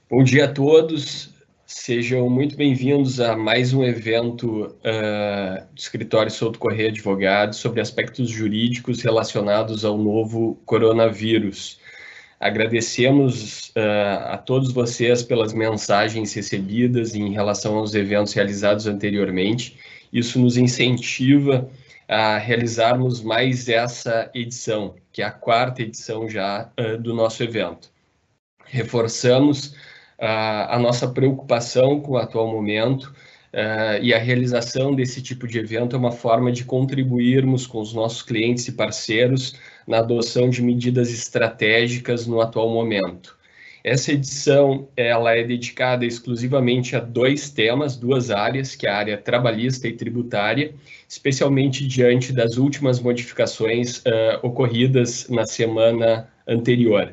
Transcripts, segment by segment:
Bom dia a todos, sejam muito bem-vindos a mais um evento do Escritório Souto Corrêa Advogados sobre aspectos jurídicos relacionados ao novo coronavírus. Agradecemos a todos vocês pelas mensagens recebidas em relação aos eventos realizados anteriormente. Isso nos incentiva a realizarmos mais essa edição, que é a quarta edição já do nosso evento. Reforçamos a nossa preocupação com o atual momento e a realização desse tipo de evento é uma forma de contribuirmos com os nossos clientes e parceiros na adoção de medidas estratégicas no atual momento. Essa edição ela é dedicada exclusivamente a dois temas, duas áreas, que é a área trabalhista e tributária, especialmente diante das últimas modificações ocorridas na semana anterior.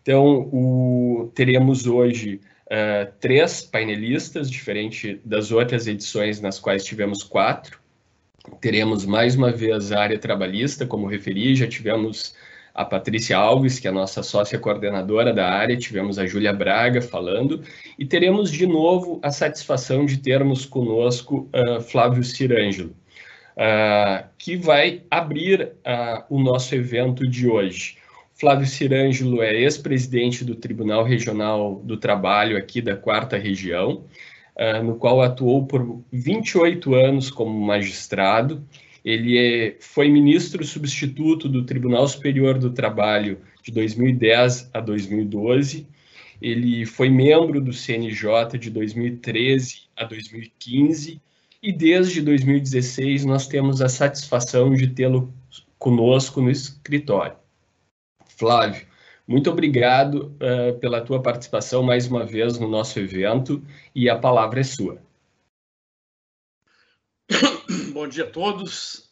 Então, teremos hoje três painelistas, diferente das outras edições nas quais tivemos 4. Teremos mais uma vez a área trabalhista, como referi, já tivemos a Patrícia Alves, que é a nossa sócia coordenadora da área, tivemos a Júlia Braga falando, e teremos de novo a satisfação de termos conosco Flávio Cirângelo, que vai abrir o nosso evento de hoje. Flávio Cirângelo é ex-presidente do Tribunal Regional do Trabalho aqui da 4ª Região, no qual atuou por 28 anos como magistrado. Ele foi ministro substituto do Tribunal Superior do Trabalho de 2010 a 2012. Ele foi membro do CNJ de 2013 a 2015 e desde 2016 nós temos a satisfação de tê-lo conosco no escritório. Flávio, muito obrigado pela tua participação mais uma vez no nosso evento e a palavra é sua. Bom dia a todos.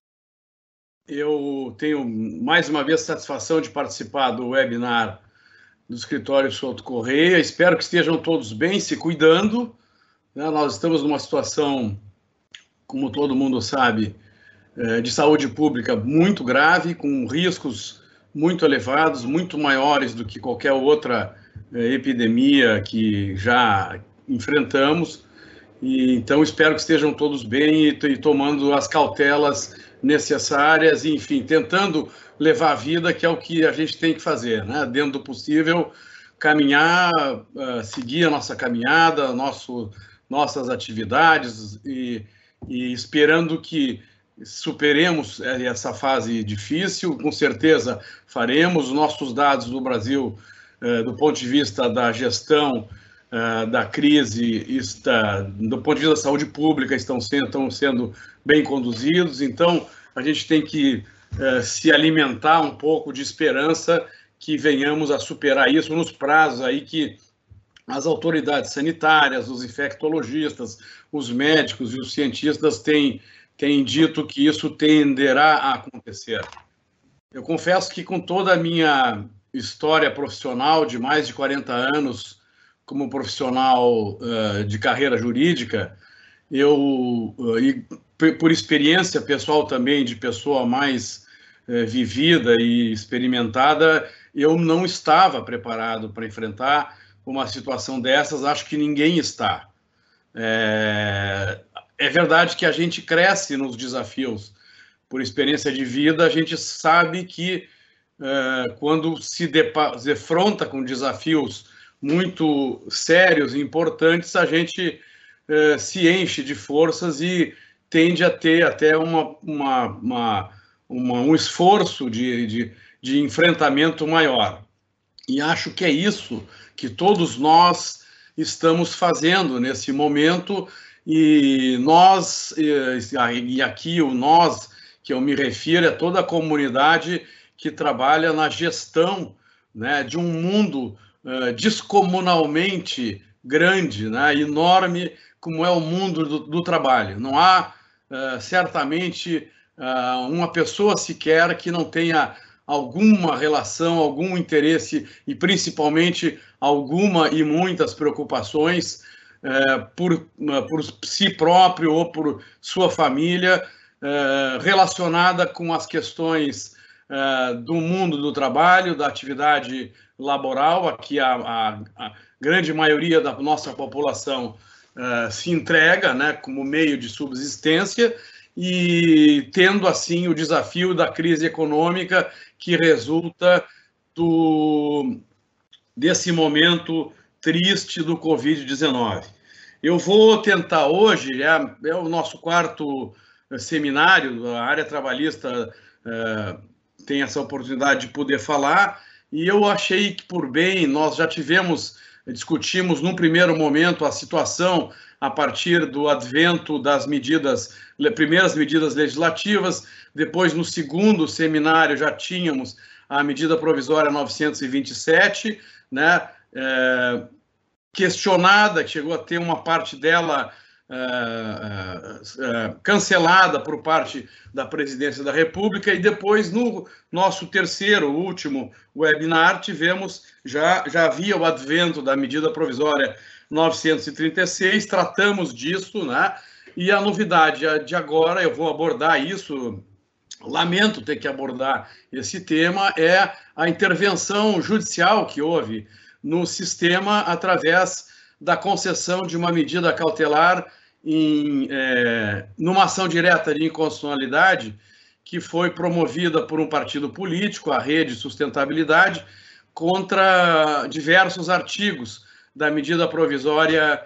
Eu tenho mais uma vez a satisfação de participar do webinar do Escritório Souto Corrêa. Espero que estejam todos bem, se cuidando. Nós estamos numa situação, como todo mundo sabe, de saúde pública muito grave, com riscos muito elevados, muito maiores do que qualquer outra epidemia que já enfrentamos. E, então, espero que estejam todos bem e tomando as cautelas necessárias, e, enfim, tentando levar a vida, que é o que a gente tem que fazer, né? Dentro do possível, caminhar, seguir a nossa caminhada, nossas atividades e esperando que superemos essa fase difícil. Com certeza faremos. Os nossos dados do Brasil, do ponto de vista da gestão da crise, do ponto de vista da saúde pública, estão sendo bem conduzidos. Então, a gente tem que se alimentar um pouco de esperança que venhamos a superar isso nos prazos aí que as autoridades sanitárias, os infectologistas, os médicos e os cientistas têm dito que isso tenderá a acontecer. Eu confesso que com toda a minha história profissional de mais de 40 anos como profissional de carreira jurídica, e por experiência pessoal também, de pessoa mais vivida e experimentada, eu não estava preparado para enfrentar uma situação dessas. Acho que ninguém está. É verdade que a gente cresce nos desafios. Por experiência de vida, a gente sabe que quando se defronta com desafios muito sérios e importantes, a gente se enche de forças e tende a ter até um esforço de enfrentamento maior. E acho que é isso que todos nós estamos fazendo nesse momento. E nós, e aqui o nós que eu me refiro, é toda a comunidade que trabalha na gestão, né, de um mundo descomunalmente grande, né, enorme, como é o mundo do trabalho. Não há, certamente, uma pessoa sequer que não tenha alguma relação, algum interesse e, principalmente, alguma e muitas preocupações por si próprio ou por sua família, relacionada com as questões do mundo do trabalho, da atividade laboral, aqui a grande maioria da nossa população se entrega, né, como meio de subsistência, e tendo, assim, o desafio da crise econômica que resulta desse momento triste do Covid-19. Eu vou tentar hoje, é o nosso quarto seminário, a área trabalhista tem essa oportunidade de poder falar, e eu achei que, por bem, nós já discutimos num primeiro momento a situação a partir do advento das primeiras medidas legislativas, depois no segundo seminário já tínhamos a medida provisória 927, né, questionada, que chegou a ter uma parte dela cancelada por parte da Presidência da República, e depois, no nosso terceiro, último webinar, já havia o advento da medida provisória 936, tratamos disso, né? E a novidade de agora, eu vou abordar isso, lamento ter que abordar esse tema, é a intervenção judicial que houve no sistema através da concessão de uma medida cautelar numa ação direta de inconstitucionalidade que foi promovida por um partido político, a Rede Sustentabilidade, contra diversos artigos da medida provisória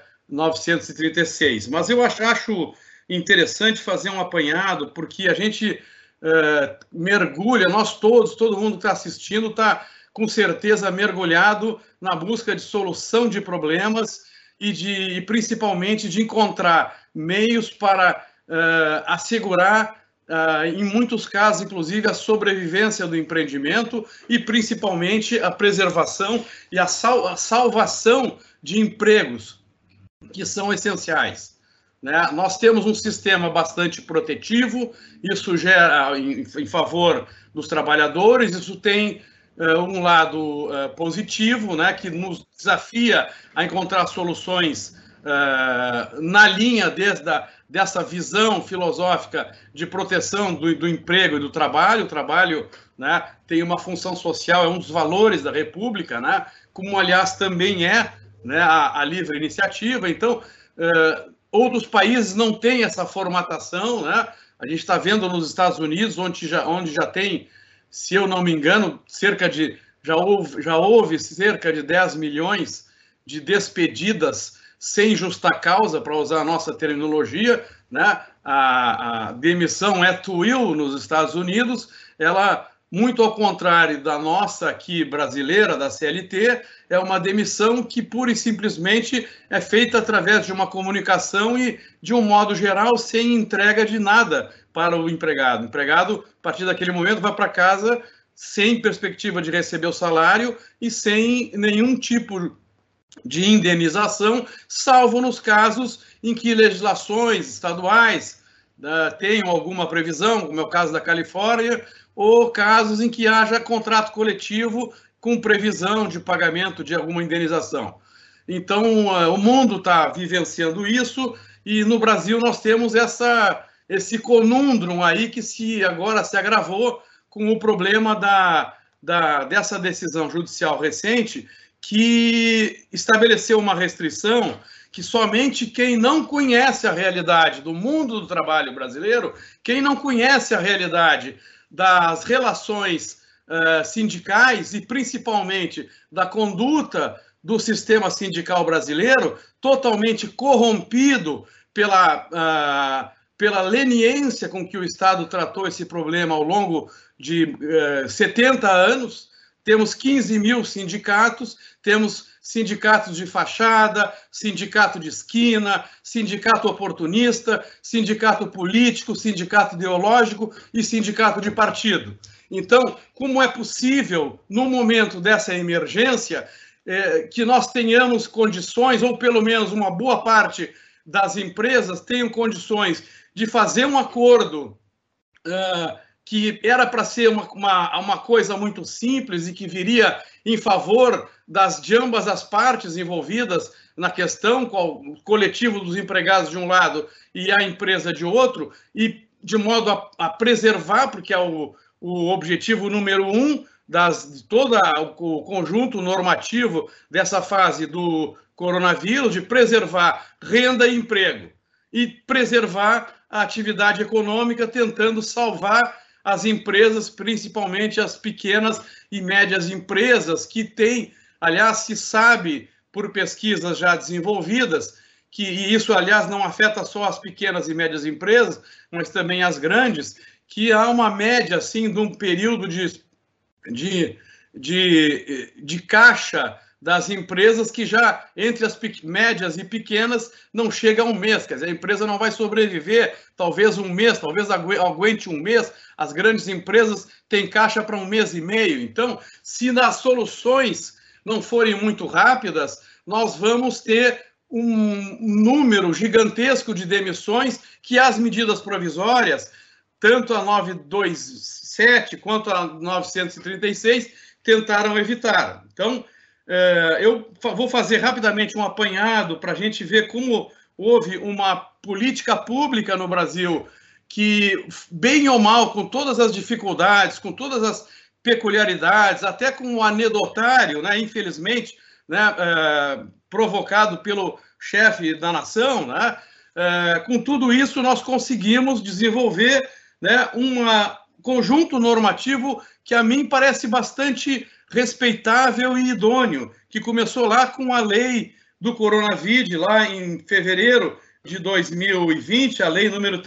936. Mas eu acho interessante fazer um apanhado, porque a gente mergulha, todo mundo que está assistindo está com certeza mergulhado na busca de solução de problemas e principalmente de encontrar meios para assegurar, em muitos casos, inclusive, a sobrevivência do empreendimento e principalmente a preservação e a salvação de empregos que são essenciais, né? Nós temos um sistema bastante protetivo, isso gera em favor dos trabalhadores, isso tem um lado positivo, né, que nos desafia a encontrar soluções na linha dessa visão filosófica de proteção do emprego e do trabalho. O trabalho, né, tem uma função social, é um dos valores da República, né, como, aliás, também né, a livre iniciativa. Então, outros países não têm essa formatação, né? A gente está vendo nos Estados Unidos, onde já tem, se eu não me engano, já houve cerca de 10 milhões de despedidas sem justa causa, para usar a nossa terminologia, né? A demissão at will nos Estados Unidos, ela, muito ao contrário da nossa aqui brasileira, da CLT, é uma demissão que pura e simplesmente é feita através de uma comunicação e, de um modo geral, sem entrega de nada para o empregado. O empregado, a partir daquele momento, vai para casa sem perspectiva de receber o salário e sem nenhum tipo de indenização, salvo nos casos em que legislações estaduais tenham alguma previsão, como é o caso da Califórnia, ou casos em que haja contrato coletivo com previsão de pagamento de alguma indenização. Então, o mundo está vivenciando isso, e no Brasil nós temos esse conundrum aí que agora se agravou com o problema dessa decisão judicial recente, que estabeleceu uma restrição que somente quem não conhece a realidade do mundo do trabalho brasileiro, quem não conhece a realidade das relações sindicais e principalmente da conduta do sistema sindical brasileiro, totalmente corrompido pela leniência com que o Estado tratou esse problema ao longo de 70 anos. Temos 15 mil sindicatos, temos sindicatos de fachada, sindicato de esquina, sindicato oportunista, sindicato político, sindicato ideológico e sindicato de partido. Então, como é possível, no momento dessa emergência, que nós tenhamos condições, ou pelo menos uma boa parte das empresas tenham condições de fazer um acordo que era para ser uma coisa muito simples e que viria em favor de ambas as partes envolvidas na questão, o coletivo dos empregados de um lado e a empresa de outro, e de modo a preservar, porque é o objetivo número 1, de todo o conjunto normativo dessa fase do coronavírus, de preservar renda e emprego e preservar a atividade econômica, tentando salvar as empresas, principalmente as pequenas e médias empresas, que têm, aliás, se sabe por pesquisas já desenvolvidas, e isso, aliás, não afeta só as pequenas e médias empresas, mas também as grandes, que há uma média, assim, de um período de caixa das empresas que já, entre as médias e pequenas, não chega a um mês. Quer dizer, a empresa não vai sobreviver talvez um mês, talvez aguente um mês. As grandes empresas têm caixa para um mês e meio. Então, se as soluções não forem muito rápidas, nós vamos ter um número gigantesco de demissões que as medidas provisórias, tanto a 927 quanto a 936, tentaram evitar. Então, eu vou fazer rapidamente um apanhado para a gente ver como houve uma política pública no Brasil que, bem ou mal, com todas as dificuldades, com todas as peculiaridades, até com o anedotário, né, infelizmente, né, provocado pelo chefe da nação, né, com tudo isso nós conseguimos desenvolver, né, um conjunto normativo que a mim parece bastante respeitável e idôneo, que começou lá com a lei do coronavírus, lá em fevereiro de 2020, a lei número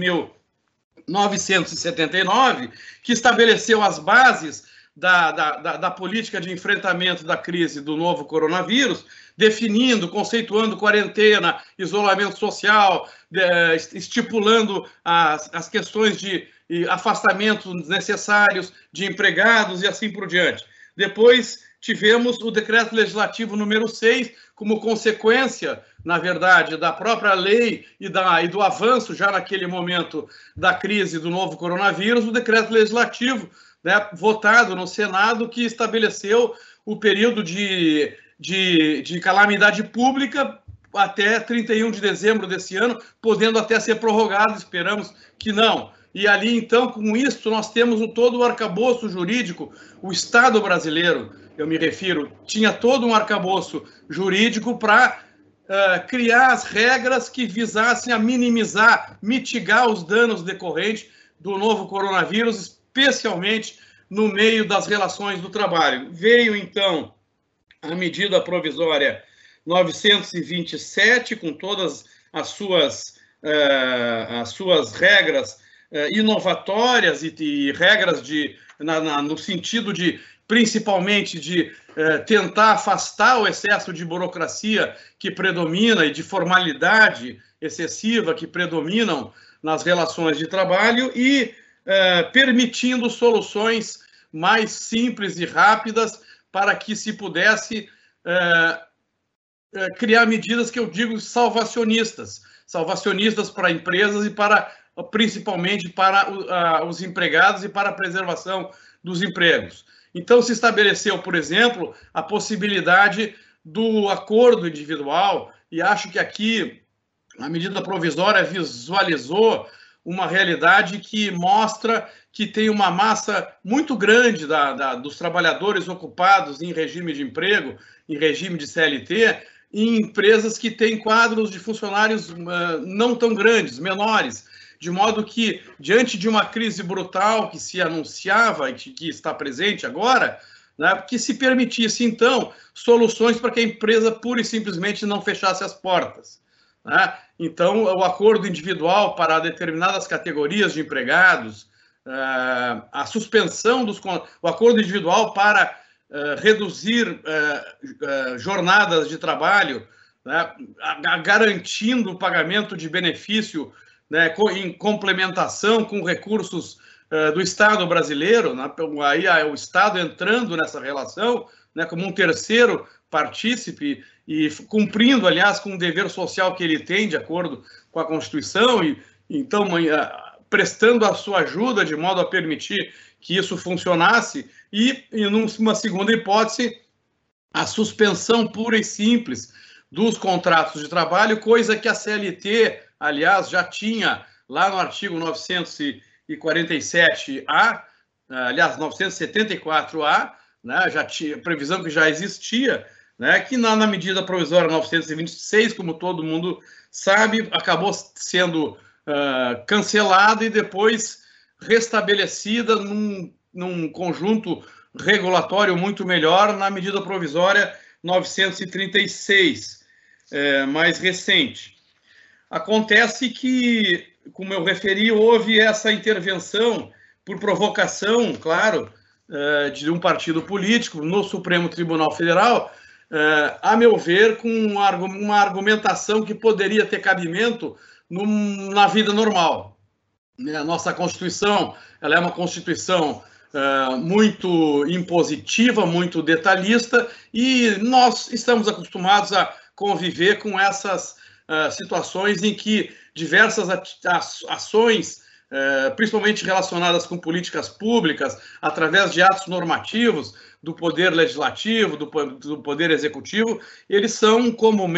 13.979, que estabeleceu as bases da política de enfrentamento da crise do novo coronavírus, definindo, conceituando quarentena, isolamento social, estipulando as questões de afastamentos necessários de empregados e assim por diante. Depois tivemos o decreto legislativo número 6, como consequência, na verdade, da própria lei e do avanço já naquele momento da crise do novo coronavírus, o decreto legislativo, né, votado no Senado, que estabeleceu o período de calamidade pública até 31 de dezembro desse ano, podendo até ser prorrogado, esperamos que não. E ali, então, com isso, nós temos todo o arcabouço jurídico, o Estado brasileiro, eu me refiro, tinha todo um arcabouço jurídico para criar as regras que visassem a minimizar, mitigar os danos decorrentes do novo coronavírus, especialmente no meio das relações do trabalho. Veio, então, a medida provisória 927, com todas as suas regras inovatórias e regras no sentido de, principalmente, de tentar afastar o excesso de burocracia que predomina e de formalidade excessiva que predominam nas relações de trabalho e permitindo soluções mais simples e rápidas para que se pudesse criar medidas que eu digo salvacionistas para empresas e principalmente para os empregados e para a preservação dos empregos. Então, se estabeleceu, por exemplo, a possibilidade do acordo individual, e acho que aqui a medida provisória visualizou uma realidade que mostra que tem uma massa muito grande dos trabalhadores ocupados em regime de emprego, em regime de CLT, em empresas que têm quadros de funcionários não tão grandes, menores, de modo que, diante de uma crise brutal que se anunciava e que está presente agora, né, que se permitisse, então, soluções para que a empresa pura e simplesmente não fechasse as portas. Né? Então, o acordo individual para determinadas categorias de empregados, a suspensão o acordo individual para reduzir jornadas de trabalho, né, garantindo o pagamento de benefício, né, em complementação com recursos do Estado brasileiro, né, aí o Estado entrando nessa relação, né, como um terceiro partícipe e cumprindo, aliás, com o dever social que ele tem de acordo com a Constituição e, então, prestando a sua ajuda de modo a permitir que isso funcionasse e numa segunda hipótese, a suspensão pura e simples dos contratos de trabalho, coisa que a CLT, aliás, já tinha lá no artigo 947-A, aliás, 974A, né, já tinha previsão que já existia, né, que na medida provisória 926, como todo mundo sabe, acabou sendo cancelada e depois restabelecida num conjunto regulatório muito melhor na medida provisória 936, mais recente. Acontece que, como eu referi, houve essa intervenção por provocação, claro, de um partido político no Supremo Tribunal Federal, a meu ver, com uma argumentação que poderia ter cabimento na vida normal. A nossa Constituição, ela é uma Constituição muito impositiva, muito detalhista, e nós estamos acostumados a conviver com essas situações em que diversas ações, principalmente relacionadas com políticas públicas, através de atos normativos do Poder Legislativo, do Poder Executivo, eles são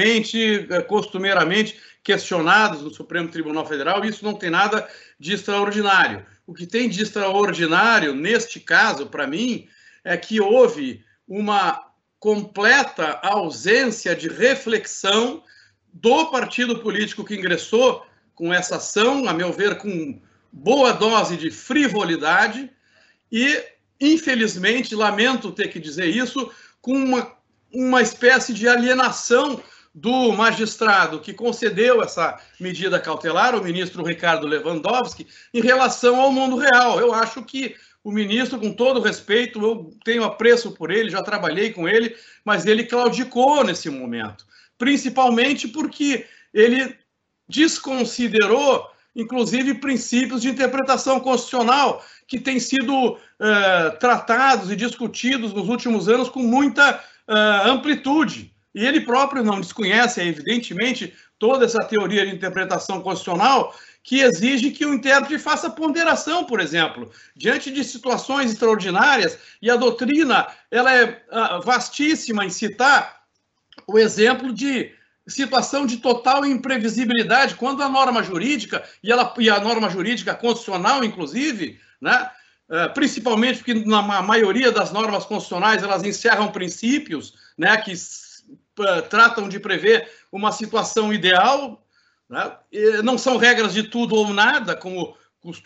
costumeiramente questionados no Supremo Tribunal Federal, e isso não tem nada de extraordinário. O que tem de extraordinário, neste caso, para mim, é que houve uma completa ausência de reflexão do partido político que ingressou com essa ação, a meu ver, com boa dose de frivolidade e, infelizmente, lamento ter que dizer isso, com uma espécie de alienação do magistrado que concedeu essa medida cautelar, o ministro Ricardo Lewandowski, em relação ao mundo real. Eu acho que o ministro, com todo respeito, eu tenho apreço por ele, já trabalhei com ele, mas ele claudicou nesse momento, principalmente porque ele desconsiderou, inclusive, princípios de interpretação constitucional que têm sido tratados e discutidos nos últimos anos com muita amplitude. E ele próprio não desconhece, evidentemente, toda essa teoria de interpretação constitucional que exige que o intérprete faça ponderação, por exemplo, diante de situações extraordinárias, e a doutrina ela é vastíssima em citar o exemplo de situação de total imprevisibilidade, quando a norma jurídica, e a norma jurídica constitucional, inclusive, né, principalmente porque na maioria das normas constitucionais elas encerram princípios, né, que tratam de prever uma situação ideal, né? Não são regras de tudo ou nada, como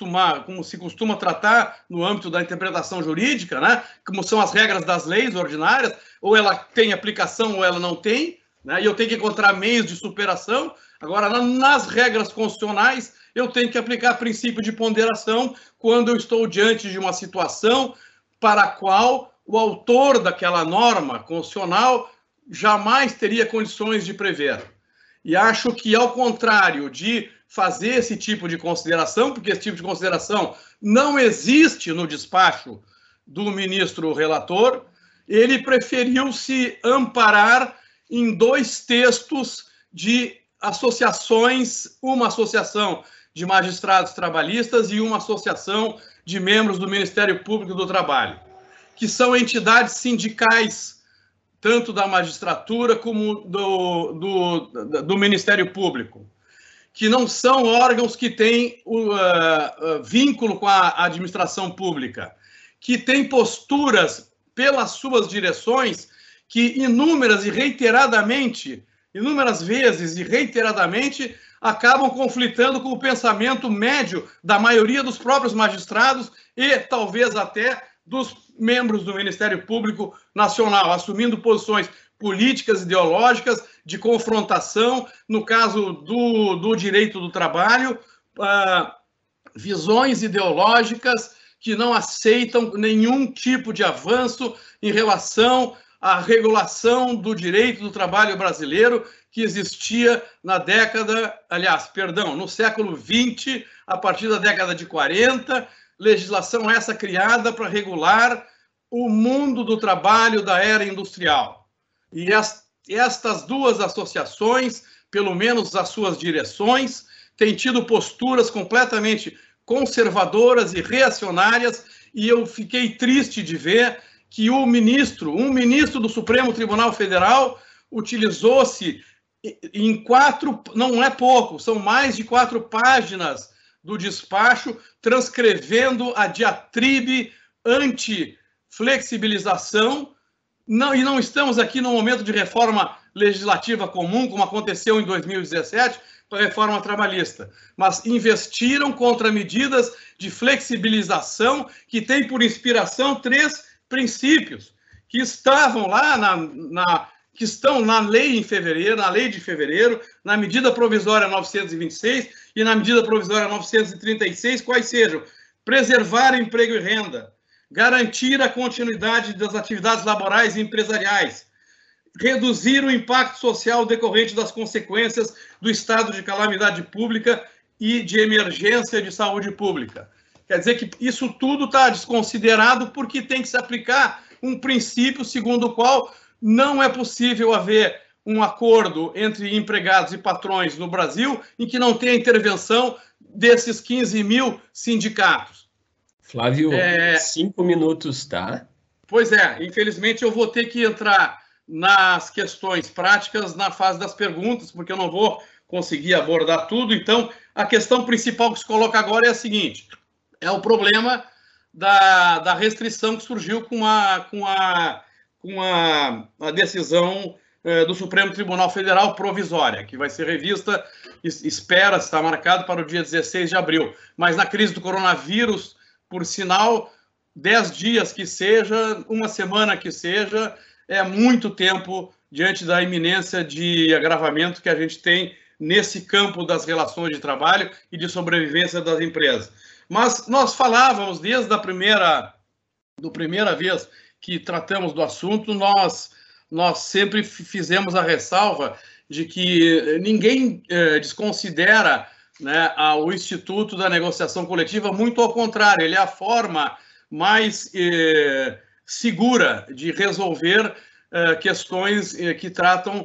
se costuma tratar no âmbito da interpretação jurídica, né? Como são as regras das leis ordinárias, ou ela tem aplicação ou ela não tem, né? E eu tenho que encontrar meios de superação. Agora, nas regras constitucionais, eu tenho que aplicar princípio de ponderação quando eu estou diante de uma situação para a qual o autor daquela norma constitucional jamais teria condições de prever. E acho que, ao contrário de fazer esse tipo de consideração, porque esse tipo de consideração não existe no despacho do ministro relator, ele preferiu se amparar em dois textos de associações, uma associação de magistrados trabalhistas e uma associação de membros do Ministério Público do Trabalho, que são entidades sindicais, tanto da magistratura como do Ministério Público, que não são órgãos que têm vínculo com a administração pública, que têm posturas pelas suas direções que inúmeras vezes e reiteradamente, acabam conflitando com o pensamento médio da maioria dos próprios magistrados e talvez até dos membros do Ministério Público Nacional, assumindo posições políticas, ideológicas, de confrontação, no caso do direito do trabalho, visões ideológicas que não aceitam nenhum tipo de avanço em relação à regulação do direito do trabalho brasileiro que existia no século XX, a partir da década de 40, legislação essa criada para regular o mundo do trabalho da era industrial. E estas duas associações, pelo menos as suas direções, têm tido posturas completamente conservadoras e reacionárias, e eu fiquei triste de ver que um ministro do Supremo Tribunal Federal utilizou-se em não é pouco, são mais de 4 páginas do despacho, transcrevendo a diatribe anti-flexibilização, e não estamos aqui no momento de reforma legislativa comum, como aconteceu em 2017, com a reforma trabalhista, mas investiram contra medidas de flexibilização que têm por inspiração 3 princípios, que estavam lá que estão na lei em fevereiro, na lei de fevereiro, na medida provisória 926 e na medida provisória 936, quais sejam: preservar emprego e renda, garantir a continuidade das atividades laborais e empresariais, reduzir o impacto social decorrente das consequências do estado de calamidade pública e de emergência de saúde pública. Quer dizer que isso tudo está desconsiderado porque tem que se aplicar um princípio segundo o qual não é possível haver um acordo entre empregados e patrões no Brasil em que não tenha intervenção desses 15 mil sindicatos. Flávio, 5 minutos, tá? Pois é, infelizmente eu vou ter que entrar nas questões práticas na fase das perguntas, porque eu não vou conseguir abordar tudo. Então, a questão principal que se coloca agora é a seguinte: é o problema da restrição que surgiu com a decisão do Supremo Tribunal Federal provisória, que vai ser revista, está marcado para o dia 16 de abril. Mas na crise do coronavírus, por sinal, 10 dias que seja, uma semana que seja, é muito tempo diante da iminência de agravamento que a gente tem nesse campo das relações de trabalho e de sobrevivência das empresas. Mas nós falávamos desde a primeira vez que tratamos do assunto, nós sempre fizemos a ressalva de que ninguém desconsidera, né, o Instituto da Negociação Coletiva, muito ao contrário, ele é a forma mais segura de resolver questões que tratam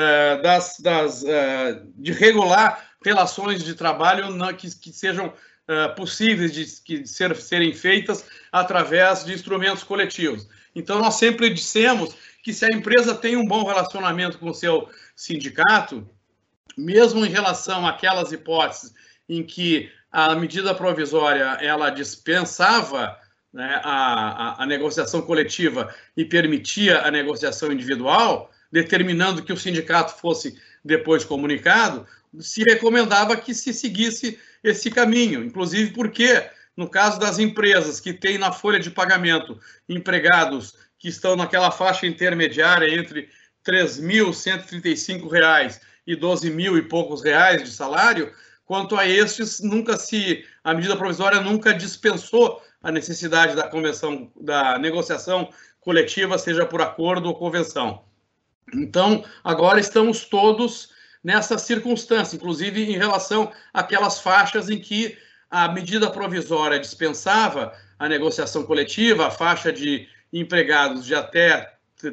de regular relações de trabalho que sejam possíveis de serem feitas através de instrumentos coletivos. Então, nós sempre dissemos que se a empresa tem um bom relacionamento com o seu sindicato, mesmo em relação àquelas hipóteses em que a medida provisória ela dispensava, né, a negociação coletiva e permitia a negociação individual, determinando que o sindicato fosse depois comunicado, se recomendava que se seguisse esse caminho, inclusive porque, no caso das empresas que têm na folha de pagamento empregados que estão naquela faixa intermediária entre R$ 3.135 e 12 mil e poucos reais de salário, quanto a estes, a medida provisória nunca dispensou a necessidade da negociação coletiva, seja por acordo ou convenção. Então, agora estamos todos nessa circunstância, inclusive em relação àquelas faixas em que a medida provisória dispensava a negociação coletiva, a faixa de empregados de até R$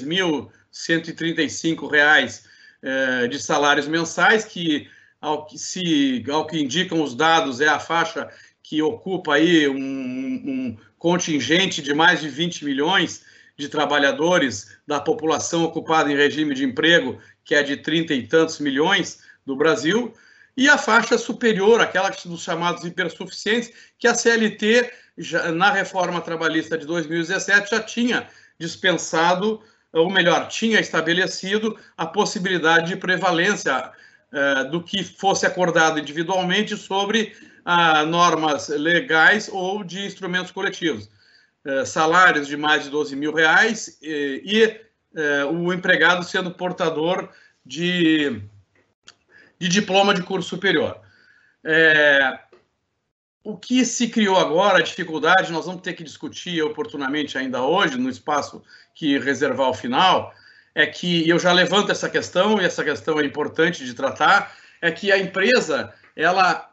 3.135 de salários mensais, que ao que indicam os dados, é a faixa que ocupa aí um contingente de mais de 20 milhões de trabalhadores da população ocupada em regime de emprego, que é de 30 e tantos milhões do Brasil, e a faixa superior, aquela dos chamados hipersuficientes, que a CLT, na reforma trabalhista de 2017, já tinha dispensado, ou melhor, tinha estabelecido a possibilidade de prevalência do que fosse acordado individualmente sobre normas legais ou de instrumentos coletivos. Salários de mais de 12 mil reais e o empregado sendo portador de diploma de curso superior. O que se criou agora, a dificuldade, nós vamos ter que discutir oportunamente ainda hoje, no espaço que reservar ao final, é que, eu já levanto essa questão, e essa questão é importante de tratar, é que a empresa, ela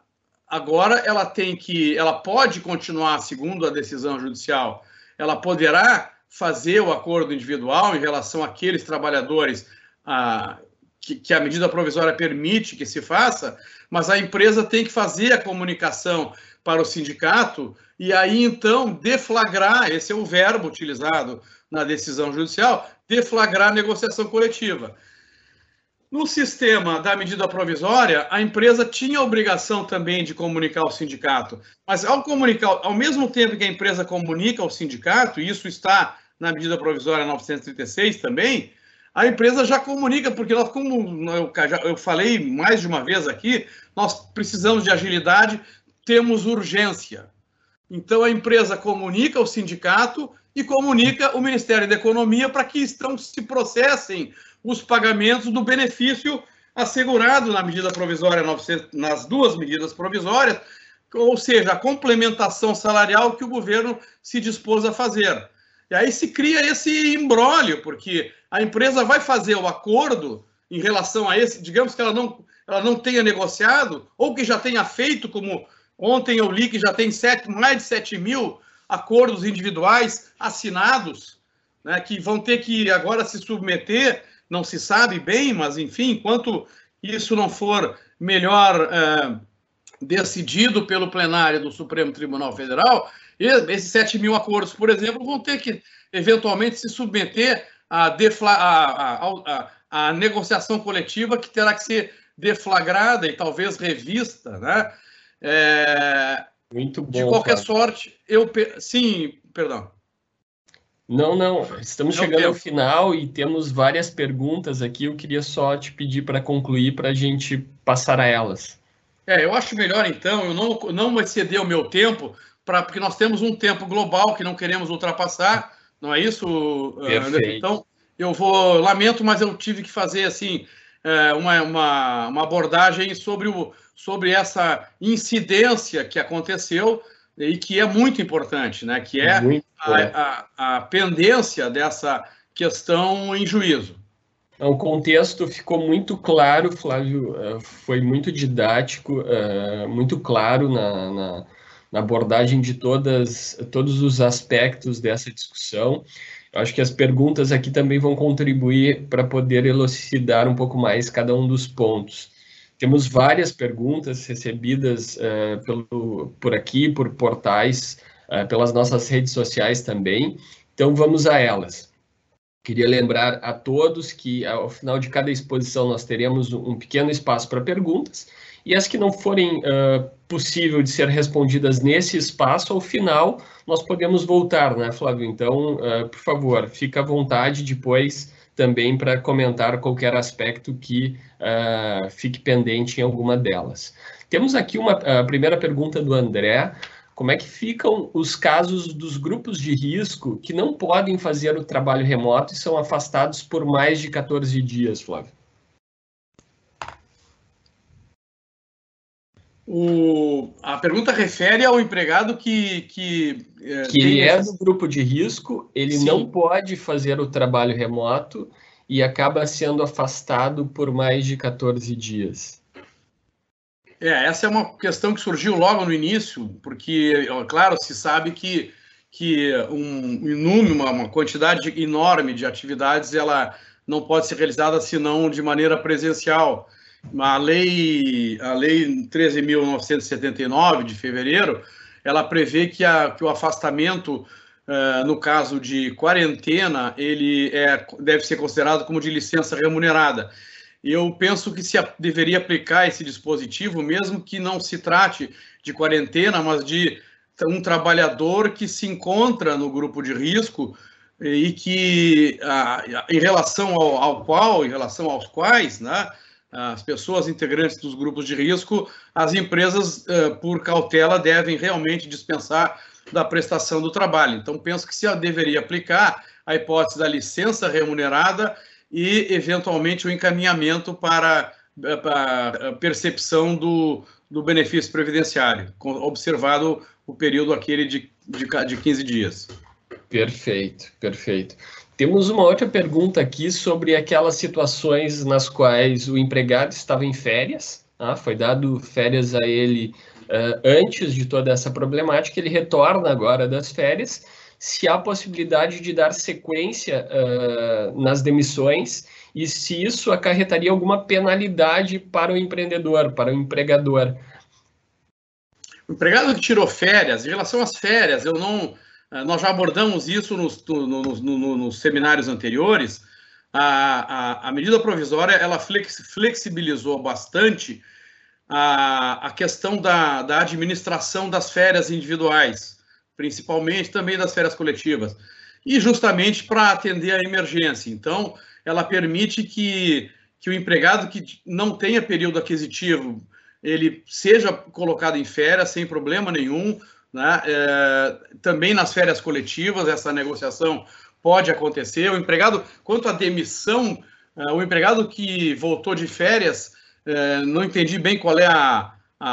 pode continuar, segundo a decisão judicial, ela poderá fazer o acordo individual em relação àqueles trabalhadores que a medida provisória permite que se faça, mas a empresa tem que fazer a comunicação para o sindicato e aí, então, deflagrar, esse é o verbo utilizado na decisão judicial, deflagrar a negociação coletiva. No sistema da medida provisória, a empresa tinha a obrigação também de comunicar ao sindicato, mas ao comunicar, ao mesmo tempo que a empresa comunica ao sindicato, e isso está na medida provisória 936 também, a empresa já comunica, porque nós, como eu falei mais de uma vez aqui, nós precisamos de agilidade, temos urgência. Então a empresa comunica ao sindicato e comunica o Ministério da Economia para que se processem os pagamentos do benefício assegurado na medida provisória 900, nas duas medidas provisórias, ou seja, a complementação salarial que o governo se dispôs a fazer. E aí se cria esse imbróglio, porque a empresa vai fazer o acordo em relação a esse, digamos que ela não tenha negociado, ou que já tenha feito, como ontem eu li que já tem mais de 7 mil acordos individuais assinados, né, que vão ter que agora se submeter. Não se sabe bem, mas, enfim, enquanto isso não for melhor decidido pelo plenário do Supremo Tribunal Federal, esses 7 mil acordos, por exemplo, vão ter que, eventualmente, se submeter à negociação coletiva, que terá que ser deflagrada e talvez revista, né? Muito bom. De qualquer sorte, Sim, perdão. Não, estamos chegando ao final e temos várias perguntas aqui. Eu queria só te pedir para concluir, para a gente passar a elas. Eu acho melhor, então, eu não exceder o meu tempo, porque nós temos um tempo global que não queremos ultrapassar, não é isso, Anderson? Então, lamento, mas eu tive que fazer, assim, uma abordagem sobre essa incidência que aconteceu, e que é muito importante, né? Que é a pendência dessa questão em juízo. O contexto ficou muito claro, Flávio, foi muito didático, muito claro na abordagem de todos os aspectos dessa discussão. Eu acho que as perguntas aqui também vão contribuir para poder elucidar um pouco mais cada um dos pontos. Temos várias perguntas recebidas por aqui, por portais, pelas nossas redes sociais também. Então, vamos a elas. Queria lembrar a todos que, ao final de cada exposição, nós teremos um pequeno espaço para perguntas, e as que não forem possível de ser respondidas nesse espaço, ao final, nós podemos voltar, né, Flávio? Então, por favor, fica à vontade depois também para comentar qualquer aspecto que fique pendente em alguma delas. Temos aqui a primeira pergunta do André. Como é que ficam os casos dos grupos de risco que não podem fazer o trabalho remoto e são afastados por mais de 14 dias, Flávio? A pergunta refere ao empregado que ele é do grupo de risco, ele Sim. não pode fazer o trabalho remoto e acaba sendo afastado por mais de 14 dias. Essa é uma questão que surgiu logo no início, porque, claro, se sabe que uma quantidade enorme de atividades ela não pode ser realizada senão de maneira presencial. A lei 13.979 de fevereiro, ela prevê que o afastamento, no caso de quarentena, ele deve ser considerado como de licença remunerada. Eu penso que deveria aplicar esse dispositivo, mesmo que não se trate de quarentena, mas de um trabalhador que se encontra no grupo de risco e que, em relação aos quais, né, as pessoas integrantes dos grupos de risco, as empresas, por cautela, devem realmente dispensar da prestação do trabalho. Então, penso que se deveria aplicar a hipótese da licença remunerada e, eventualmente, o encaminhamento para a percepção do benefício previdenciário, observado o período aquele de 15 dias. Perfeito, perfeito. Temos uma outra pergunta aqui sobre aquelas situações nas quais o empregado estava em férias, foi dado férias a ele antes de toda essa problemática, ele retorna agora das férias, se há possibilidade de dar sequência nas demissões e se isso acarretaria alguma penalidade para o empreendedor, para o empregador. O empregado que tirou férias, em relação às férias, nós já abordamos isso nos seminários anteriores. a medida provisória ela flexibilizou bastante a questão da administração das férias individuais, principalmente também das férias coletivas, e justamente para atender a emergência. Então, ela permite que o empregado que não tenha período aquisitivo, ele seja colocado em férias sem problema nenhum, né? Também nas férias coletivas, essa negociação pode acontecer. O empregado, quanto à demissão, o empregado que voltou de férias, não entendi bem qual é a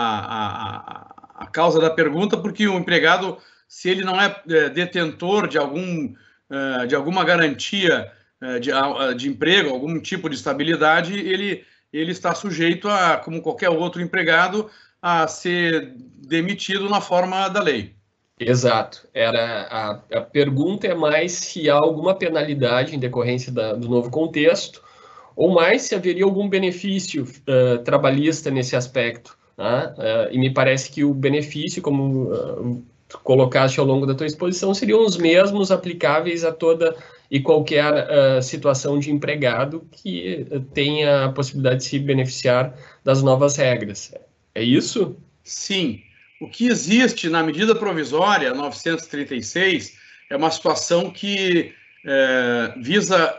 causa da pergunta, porque o empregado, se ele não é detentor de alguma garantia de emprego, algum tipo de estabilidade, ele está sujeito a, como qualquer outro empregado, a ser demitido na forma da lei. Exato. A pergunta é mais se há alguma penalidade em decorrência do novo contexto, ou mais se haveria algum benefício trabalhista nesse aspecto. Tá? E me parece que o benefício, como tu colocaste ao longo da tua exposição, seriam os mesmos aplicáveis a toda e qualquer situação de empregado que tenha a possibilidade de se beneficiar das novas regras. É isso? Sim. O que existe na medida provisória 936 é uma situação que visa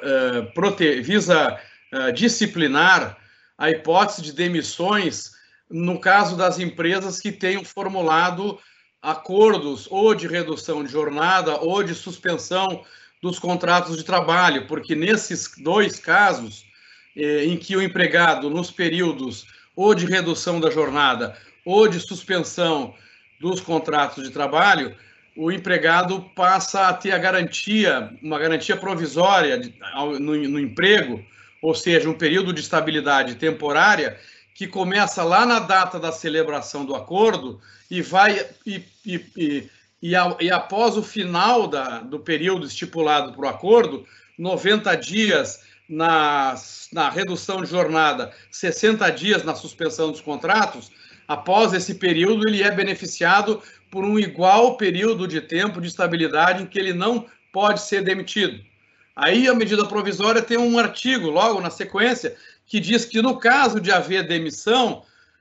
disciplinar a hipótese de demissões no caso das empresas que tenham formulado acordos ou de redução de jornada ou de suspensão dos contratos de trabalho, porque nesses dois casos em que o empregado, nos períodos ou de redução da jornada ou de suspensão dos contratos de trabalho, o empregado passa a ter uma garantia provisória no emprego, ou seja, um período de estabilidade temporária que começa lá na data da celebração do acordo e vai e após o final do período estipulado para o acordo, 90 dias na redução de jornada, 60 dias na suspensão dos contratos, após esse período ele é beneficiado por um igual período de tempo de estabilidade em que ele não pode ser demitido. Aí a medida provisória tem um artigo, logo na sequência, que diz que no caso de haver demissão,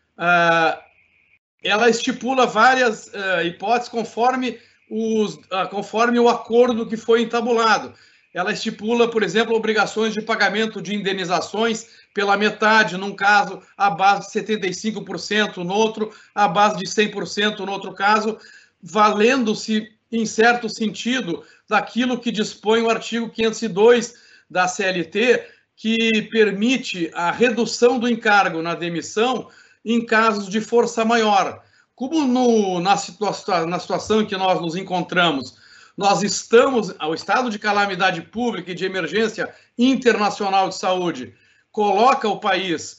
ela estipula várias hipóteses conforme o acordo que foi entabulado. Ela estipula, por exemplo, obrigações de pagamento de indenizações pela metade, num caso, a base de 75%, no outro, a base de 100%, no outro caso, valendo-se, em certo sentido, daquilo que dispõe o artigo 502 da CLT, que permite a redução do encargo na demissão em casos de força maior. Como na situação em que nós nos encontramos, nós estamos, o estado de calamidade pública e de emergência internacional de saúde coloca o país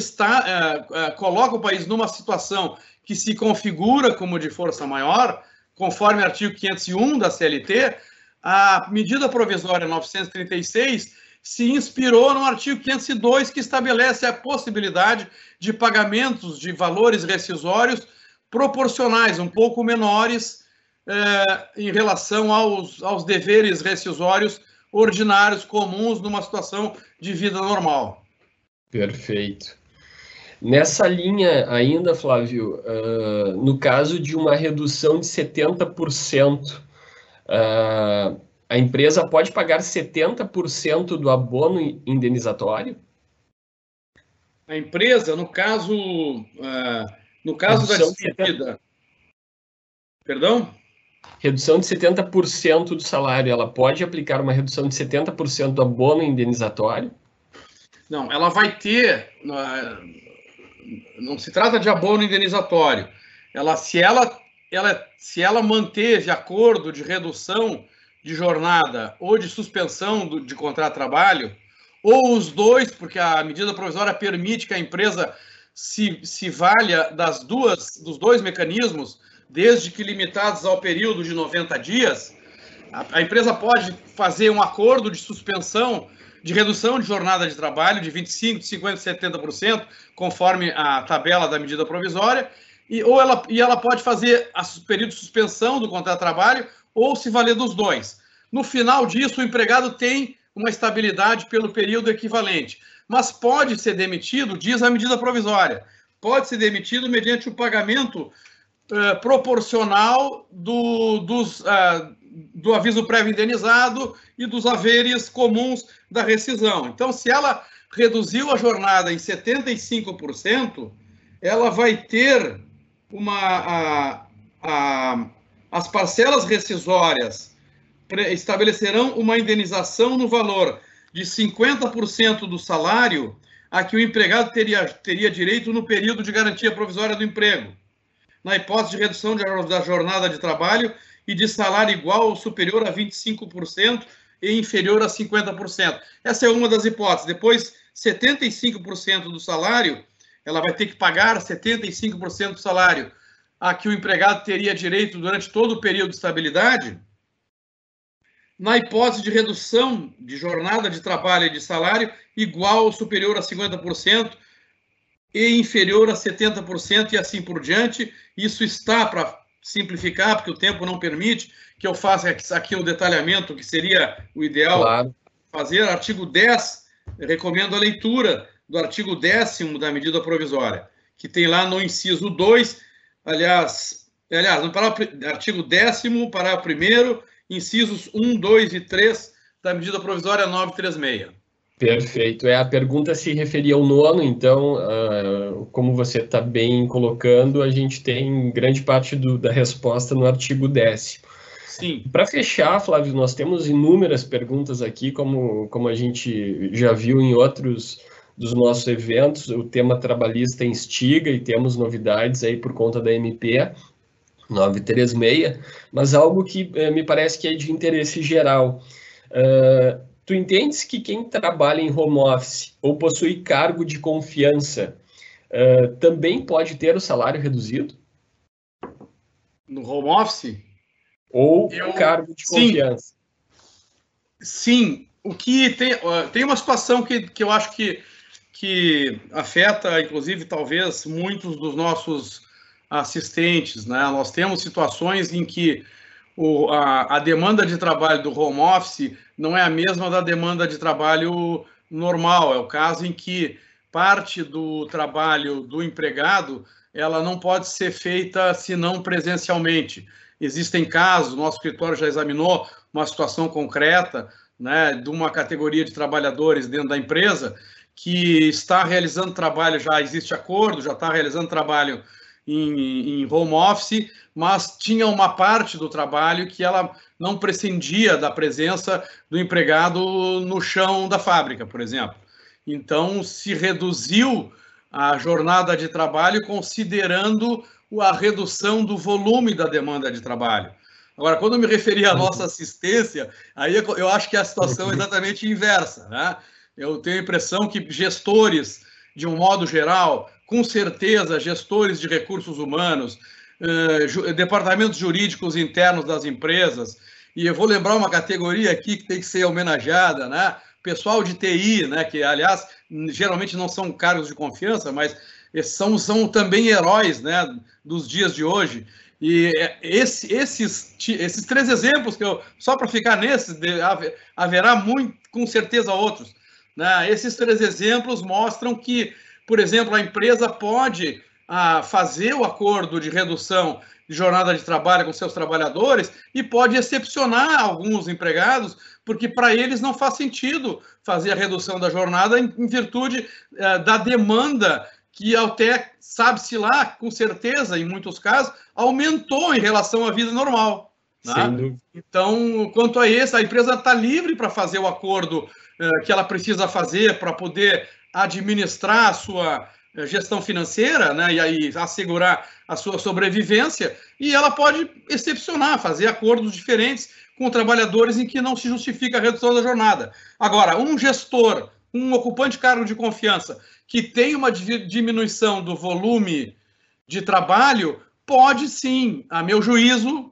numa situação que se configura como de força maior, conforme o artigo 501 da CLT, a medida provisória 936 se inspirou no artigo 502, que estabelece a possibilidade de pagamentos de valores rescisórios proporcionais, um pouco menores em relação aos deveres rescisórios ordinários, comuns, numa situação de vida normal. Perfeito. Nessa linha ainda, Flávio, no caso de uma redução de 70%, a empresa pode pagar 70% do abono indenizatório? A empresa, no caso da despedida... Perdão? Redução de 70% do salário, ela pode aplicar uma redução de 70% do abono indenizatório? Não, ela vai ter... Não se trata de abono indenizatório. Se ela manteve acordo de redução de jornada ou de suspensão de contrato de trabalho, ou os dois, porque a medida provisória permite que a empresa se valha dos dois mecanismos, desde que limitados ao período de 90 dias, a empresa pode fazer um acordo de suspensão, de redução de jornada de trabalho de 25%, de 50%, de 70%, conforme a tabela da medida provisória, e ela pode fazer o período de suspensão do contrato de trabalho ou se valer dos dois. No final disso, o empregado tem uma estabilidade pelo período equivalente. Mas pode ser demitido, diz a medida provisória, pode ser demitido mediante o pagamento proporcional do aviso prévio indenizado e dos haveres comuns da rescisão. Então, se ela reduziu a jornada em 75%, ela vai ter as parcelas rescisórias estabelecerão uma indenização no valor de 50% do salário a que o empregado teria direito no período de garantia provisória do emprego, na hipótese de redução da jornada de trabalho e de salário igual ou superior a 25% e inferior a 50%. Essa é uma das hipóteses. Depois, 75% do salário, ela vai ter que pagar 75% do salário a que o empregado teria direito durante todo o período de estabilidade. Na hipótese de redução de jornada de trabalho e de salário igual ou superior a 50% e inferior a 70% e assim por diante. Isso está, para simplificar, porque o tempo não permite que eu faça aqui o detalhamento, que seria o ideal fazer. Artigo 10, recomendo a leitura do artigo 10º da medida provisória, que tem lá no inciso 2, aliás, no artigo 10º, parágrafo 1º, incisos 1, 2 e 3 da medida provisória 936. Perfeito. A pergunta se referia ao 9º, então, como você está bem colocando, a gente tem grande parte da resposta no artigo 10º. Sim. Para fechar, Flávio, nós temos inúmeras perguntas aqui, como a gente já viu em outros dos nossos eventos. O tema trabalhista instiga e temos novidades aí por conta da MP 936, mas algo que me parece que é de interesse geral. Tu entendes que quem trabalha em home office ou possui cargo de confiança também pode ter o salário reduzido? No home office? Ou cargo de confiança? Sim. O que tem uma situação que eu acho que afeta, inclusive, talvez, muitos dos nossos assistentes, né? Nós temos situações em que a demanda de trabalho do home office não é a mesma da demanda de trabalho normal. É o caso em que parte do trabalho do empregado ela não pode ser feita senão presencialmente. Existem casos, nosso escritório já examinou uma situação concreta, né, de uma categoria de trabalhadores dentro da empresa que está realizando trabalho, já existe acordo, já está realizando trabalho em home office, mas tinha uma parte do trabalho que ela não prescindia da presença do empregado no chão da fábrica, por exemplo. Então, se reduziu a jornada de trabalho considerando a redução do volume da demanda de trabalho. Agora, quando eu me referi à nossa assistência, aí eu acho que a situação é exatamente inversa, né? Eu tenho a impressão que gestores, de um modo geral, com certeza, gestores de recursos humanos, departamentos jurídicos internos das empresas, e eu vou lembrar uma categoria aqui que tem que ser homenageada, né? Pessoal de TI, né? Que, aliás, geralmente não são cargos de confiança, mas são também heróis, né? Dos dias de hoje. E esses 3 exemplos, que só para ficar nesses, haverá com certeza outros, né? Esses 3 exemplos mostram que, por exemplo, a empresa pode fazer o acordo de redução de jornada de trabalho com seus trabalhadores e pode excepcionar alguns empregados, porque para eles não faz sentido fazer a redução da jornada em virtude da demanda que até, sabe-se lá, com certeza, em muitos casos, aumentou em relação à vida normal. Né? Então, quanto a isso, a empresa está livre para fazer o acordo que ela precisa fazer para poder administrar a sua gestão financeira, né, e aí assegurar a sua sobrevivência, e ela pode excepcionar, fazer acordos diferentes com trabalhadores em que não se justifica a redução da jornada. Agora, um gestor, um ocupante de cargo de confiança que tem uma diminuição do volume de trabalho, pode sim, a meu juízo,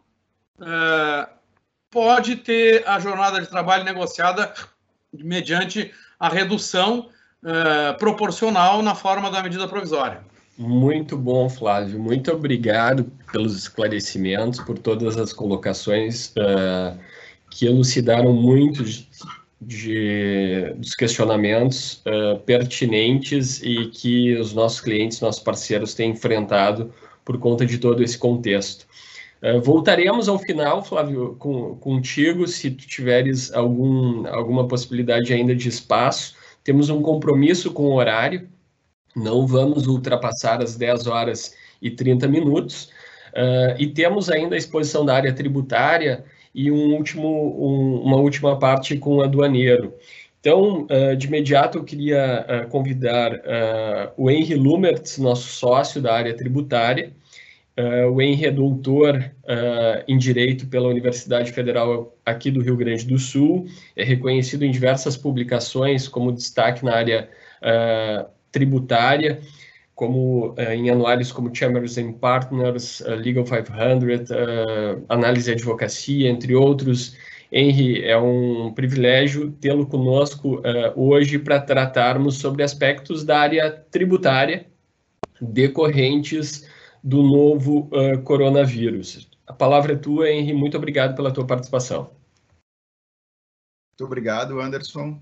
pode ter a jornada de trabalho negociada mediante a redução proporcional na forma da medida provisória. Muito bom, Flávio. Muito obrigado pelos esclarecimentos, por todas as colocações que elucidaram muito dos questionamentos pertinentes e que os nossos clientes, nossos parceiros têm enfrentado por conta de todo esse contexto. Voltaremos ao final, Flávio, contigo, se tu tiveres alguma possibilidade ainda de espaço. Temos um compromisso com o horário, não vamos ultrapassar as 10h30, e temos ainda a exposição da área tributária e uma última parte com o aduaneiro. Então, de imediato, eu queria convidar o Henry Lumertz, nosso sócio da área tributária. O Henry é doutor em Direito pela Universidade Federal aqui do Rio Grande do Sul, é reconhecido em diversas publicações como destaque na área tributária, como em anuários como Chambers and Partners, Legal 500, Análise e Advocacia, entre outros. Henry, é um privilégio tê-lo conosco hoje para tratarmos sobre aspectos da área tributária decorrentes do novo coronavírus. A palavra é tua, Henry. Muito obrigado pela tua participação. Muito obrigado, Anderson.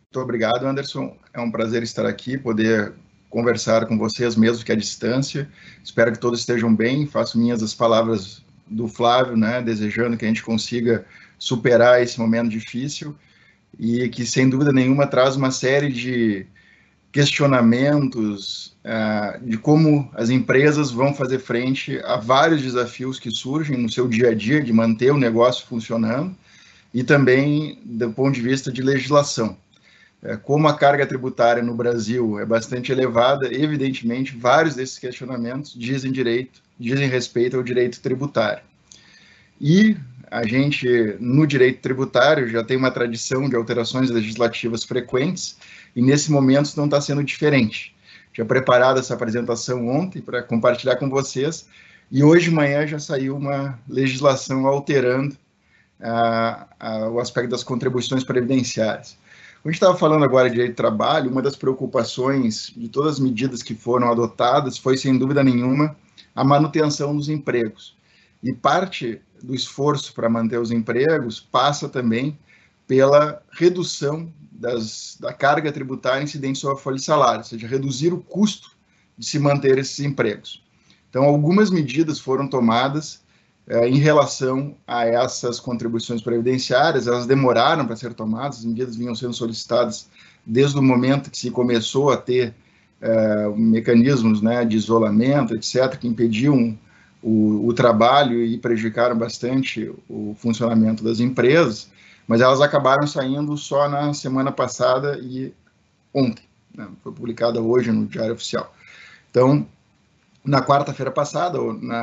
É um prazer estar aqui, poder conversar com vocês, mesmo que à distância. Espero que todos estejam bem. Faço minhas as palavras do Flávio, né, desejando que a gente consiga superar esse momento difícil e que, sem dúvida nenhuma, traz uma série de questionamentos de como as empresas vão fazer frente a vários desafios que surgem no seu dia a dia de manter o negócio funcionando e também do ponto de vista de legislação. Como a carga tributária no Brasil é bastante elevada, evidentemente, vários desses questionamentos dizem respeito ao direito tributário. E a gente, no direito tributário, já tem uma tradição de alterações legislativas frequentes, e nesse momento não está sendo diferente. Tinha preparado essa apresentação ontem para compartilhar com vocês, e hoje de manhã já saiu uma legislação alterando o aspecto das contribuições previdenciárias. A gente estava falando agora de direito do trabalho, uma das preocupações de todas as medidas que foram adotadas foi, sem dúvida nenhuma, a manutenção dos empregos. E parte do esforço para manter os empregos passa também pela redução da carga tributária incidente sobre a folha de salário, ou seja, reduzir o custo de se manter esses empregos. Então, algumas medidas foram tomadas em relação a essas contribuições previdenciárias. Elas demoraram para ser tomadas, as medidas vinham sendo solicitadas desde o momento que se começou a ter mecanismos, né, de isolamento, etc., que impediam o trabalho e prejudicaram bastante o funcionamento das empresas, mas elas acabaram saindo só na semana passada e ontem, né, foi publicada hoje no Diário Oficial. Então, na quarta-feira passada,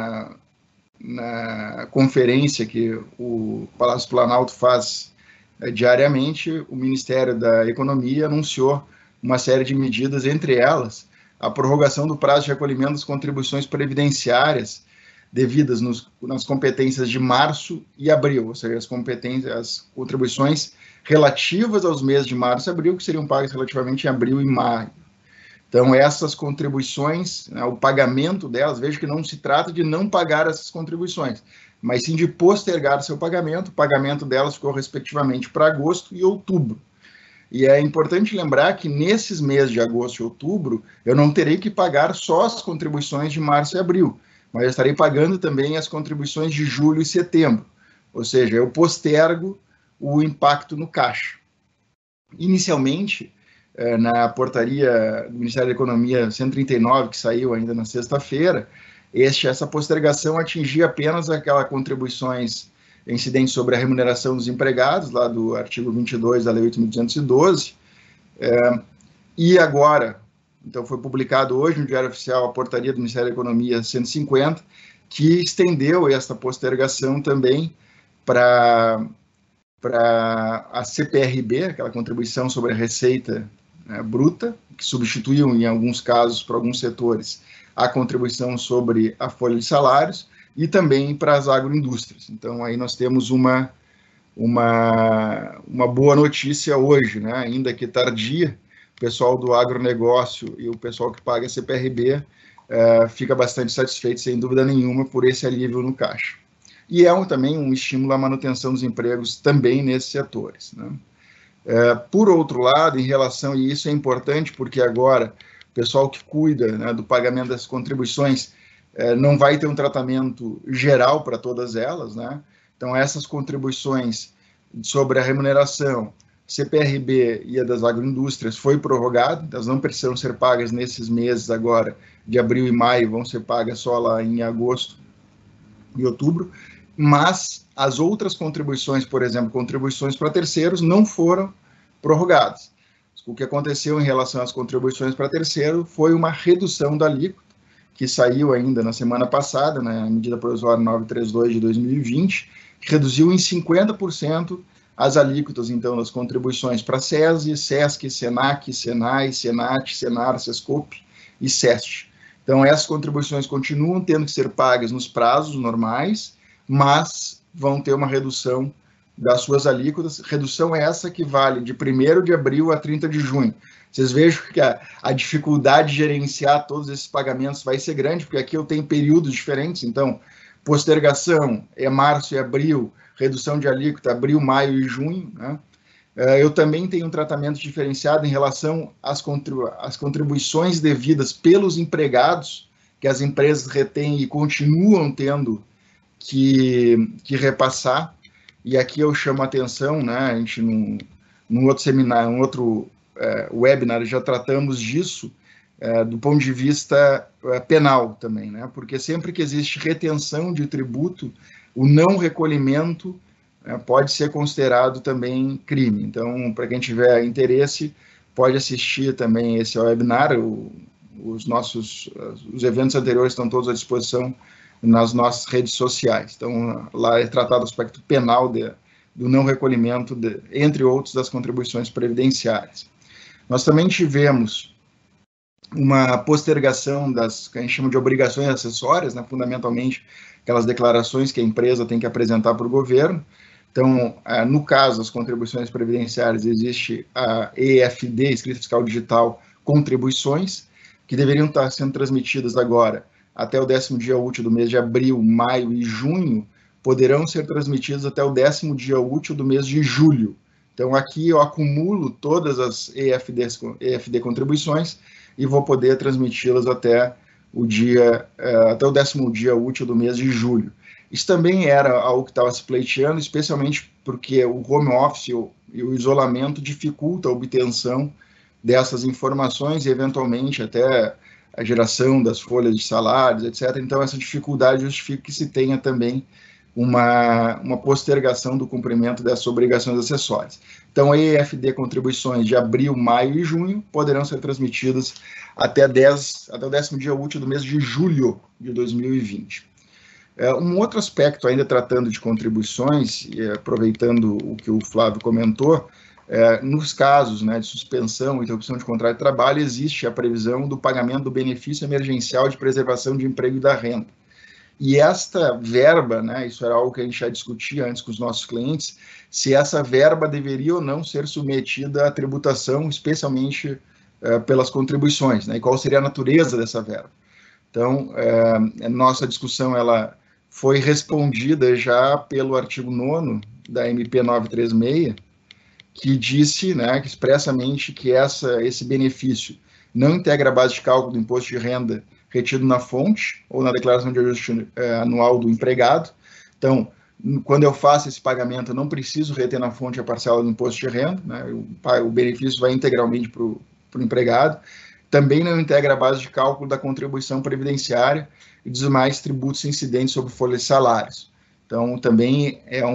na conferência que o Palácio Planalto faz diariamente, o Ministério da Economia anunciou uma série de medidas, entre elas a prorrogação do prazo de recolhimento das contribuições previdenciárias devidas nas competências de março e abril, ou seja, as contribuições relativas aos meses de março e abril, que seriam pagas relativamente em abril e maio. Então, essas contribuições, né, o pagamento delas, veja que não se trata de não pagar essas contribuições, mas sim de postergar seu pagamento. O pagamento delas ficou, respectivamente, para agosto e outubro. E é importante lembrar que, nesses meses de agosto e outubro, eu não terei que pagar só as contribuições de março e abril, mas eu estarei pagando também as contribuições de julho e setembro. Ou seja, eu postergo o impacto no caixa. Inicialmente, na portaria do Ministério da Economia 139, que saiu ainda na sexta-feira, essa postergação atingia apenas aquelas contribuições incidentes sobre a remuneração dos empregados, lá do artigo 22 da Lei 8.212, e agora, então foi publicado hoje no Diário Oficial a portaria do Ministério da Economia 150, que estendeu essa postergação também para a CPRB, aquela contribuição sobre a receita bruta, que substituiu, em alguns casos, para alguns setores, a contribuição sobre a folha de salários, e também para as agroindústrias. Então, aí nós temos uma boa notícia hoje, né? Ainda que tardia, o pessoal do agronegócio e o pessoal que paga a CPRB fica bastante satisfeito, sem dúvida nenhuma, por esse alívio no caixa. E também um estímulo à manutenção dos empregos também nesses setores, né? Por outro lado, em relação, e isso é importante porque agora o pessoal que cuida, né, do pagamento das contribuições não vai ter um tratamento geral para todas elas, né? Então, essas contribuições sobre a remuneração, CPRB e a das agroindústrias foi prorrogado, elas não precisam ser pagas nesses meses agora, de abril e maio, vão ser pagas só lá em agosto e outubro, mas as outras contribuições, por exemplo, contribuições para terceiros, não foram prorrogadas. O que aconteceu em relação às contribuições para terceiro foi uma redução da alíquota, que saiu ainda na semana passada, na medida provisória 932 de 2020, que reduziu em 50% as alíquotas, então, das contribuições para SESI, SESC, SENAC, SENAI, SENAT, SENAR, SESCOP e SEST. Então, essas contribuições continuam tendo que ser pagas nos prazos normais, mas vão ter uma redução das suas alíquotas. Redução essa que vale de 1º de abril a 30 de junho. Vocês vejam que a dificuldade de gerenciar todos esses pagamentos vai ser grande, porque aqui eu tenho períodos diferentes, então, postergação é março e abril, redução de alíquota, abril, maio e junho, né? Eu também tenho um tratamento diferenciado em relação às contribuições devidas pelos empregados, que as empresas retêm e continuam tendo que repassar. E aqui eu chamo a atenção, né? A gente, num outro seminário, num outro webinar, já tratamos disso, do ponto de vista penal também, né? Porque sempre que existe retenção de tributo, o não recolhimento pode ser considerado também crime. Então, para quem tiver interesse, pode assistir também esse webinar. Os eventos anteriores estão todos à disposição nas nossas redes sociais. Então, lá é tratado o aspecto penal do não recolhimento, entre outros, das contribuições previdenciárias. Nós também tivemos uma postergação das que a gente chama de obrigações acessórias, né, fundamentalmente aquelas declarações que a empresa tem que apresentar para o governo. Então, no caso das contribuições previdenciárias, existe a EFD, Escrita Fiscal Digital, contribuições, que deveriam estar sendo transmitidas agora até o 10º dia útil do mês de abril, maio e junho, poderão ser transmitidas até o 10º dia útil do mês de julho. Então, aqui eu acumulo todas as EFD contribuições e vou poder transmiti-las até o 10º dia útil do mês de julho. Isso também era algo que estava se pleiteando, especialmente porque o home office e o isolamento dificulta a obtenção dessas informações e, eventualmente, até a geração das folhas de salários, etc. Então, essa dificuldade justifica que se tenha também uma postergação do cumprimento dessas obrigações acessórias. Então, EFD contribuições de abril, maio e junho poderão ser transmitidas até o 10º dia útil do mês de julho de 2020. Um outro aspecto, ainda tratando de contribuições, e aproveitando o que o Flávio comentou, nos casos, né, de suspensão e interrupção de contrato de trabalho, existe a previsão do pagamento do benefício emergencial de preservação de emprego e da renda. E esta verba, né, isso era algo que a gente já discutia antes com os nossos clientes, se essa verba deveria ou não ser submetida à tributação, especialmente pelas contribuições, né, e qual seria a natureza dessa verba. Então, a nossa discussão ela foi respondida já pelo artigo 9º da MP 936, que disse, né, que expressamente que esse benefício não integra a base de cálculo do imposto de renda retido na fonte ou na declaração de ajuste anual do empregado. Então, quando eu faço esse pagamento, eu não preciso reter na fonte a parcela do imposto de renda, né, o benefício vai integralmente para o empregado. Também não integra a base de cálculo da contribuição previdenciária e dos demais tributos incidentes sobre folha de salários. Então, também é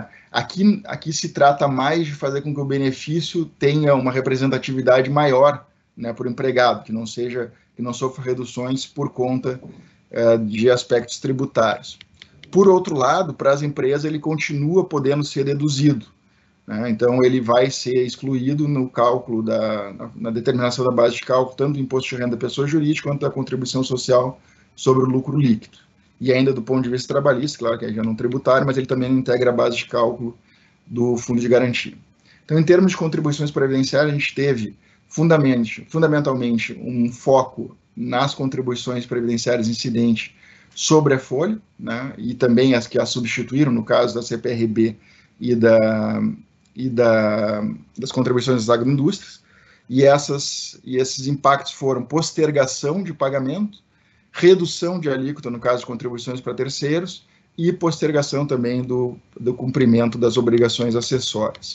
Aqui se trata mais de fazer com que o benefício tenha uma representatividade maior, né, para o empregado, que não sofra reduções por conta de aspectos tributários. Por outro lado, para as empresas, ele continua podendo ser deduzido, né? Então, ele vai ser excluído no cálculo, na determinação da base de cálculo, tanto do imposto de renda da pessoa jurídica, quanto da contribuição social sobre o lucro líquido. E ainda do ponto de vista trabalhista, claro que é já não tributário, mas ele também não integra a base de cálculo do fundo de garantia. Então, em termos de contribuições previdenciárias, a gente teve fundamentalmente um foco nas contribuições previdenciárias incidentes sobre a folha, né, e também as que a substituíram, no caso da CPRB e e das contribuições das agroindústrias, e esses impactos foram postergação de pagamento, redução de alíquota, no caso de contribuições para terceiros, e postergação também do cumprimento das obrigações acessórias.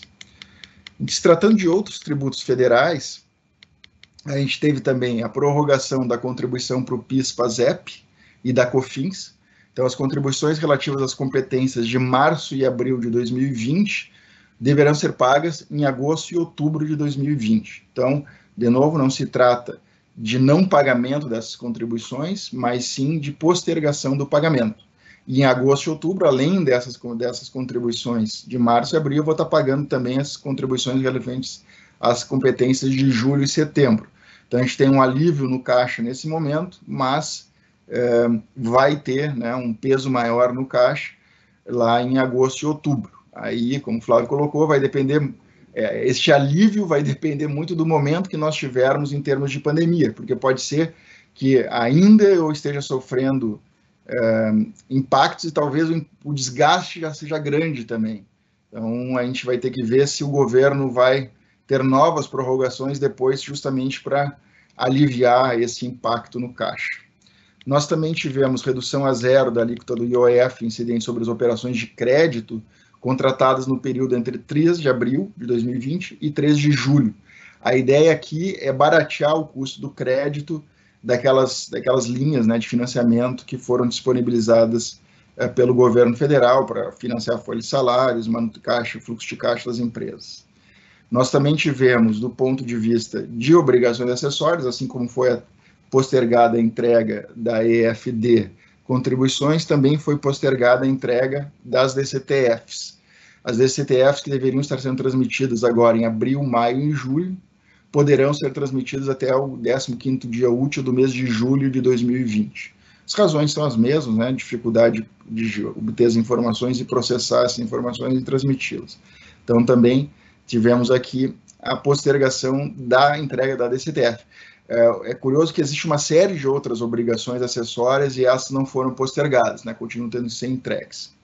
Se tratando de outros tributos federais, a gente teve também a prorrogação da contribuição para o PIS, PASEP e da COFINS. Então, as contribuições relativas às competências de março e abril de 2020 deverão ser pagas em agosto e outubro de 2020. Então, de novo, não se trata de não pagamento dessas contribuições, mas sim de postergação do pagamento. E em agosto e outubro, além dessas contribuições de março e abril, eu vou estar pagando também as contribuições relevantes às competências de julho e setembro. Então, a gente tem um alívio no caixa nesse momento, mas vai ter, né, um peso maior no caixa lá em agosto e outubro. Aí, como o Flávio colocou, vai depender, este alívio vai depender muito do momento que nós tivermos em termos de pandemia, porque pode ser que ainda eu esteja sofrendo impactos e talvez o desgaste já seja grande também. Então, a gente vai ter que ver se o governo vai ter novas prorrogações depois, justamente para aliviar esse impacto no caixa. Nós também tivemos redução a zero da alíquota do IOF incidente sobre as operações de crédito contratadas no período entre 3 de abril de 2020 e 3 de julho. A ideia aqui é baratear o custo do crédito daquelas linhas, né, de financiamento que foram disponibilizadas pelo governo federal para financiar folha de salários, caixa, fluxo de caixa das empresas. Nós também tivemos, do ponto de vista de obrigações acessórias, assim como foi postergada a entrega da EFD contribuições, também foi postergada a entrega das DCTFs. As DCTFs que deveriam estar sendo transmitidas agora em abril, maio e julho, poderão ser transmitidas até o 15º dia útil do mês de julho de 2020. As razões são as mesmas, né? Dificuldade de obter as informações e processar essas informações e transmiti-las. Então, também tivemos aqui a postergação da entrega da DCTF. É curioso que existe uma série de outras obrigações acessórias e essas não foram postergadas, né? Continuam tendo que ser entregues.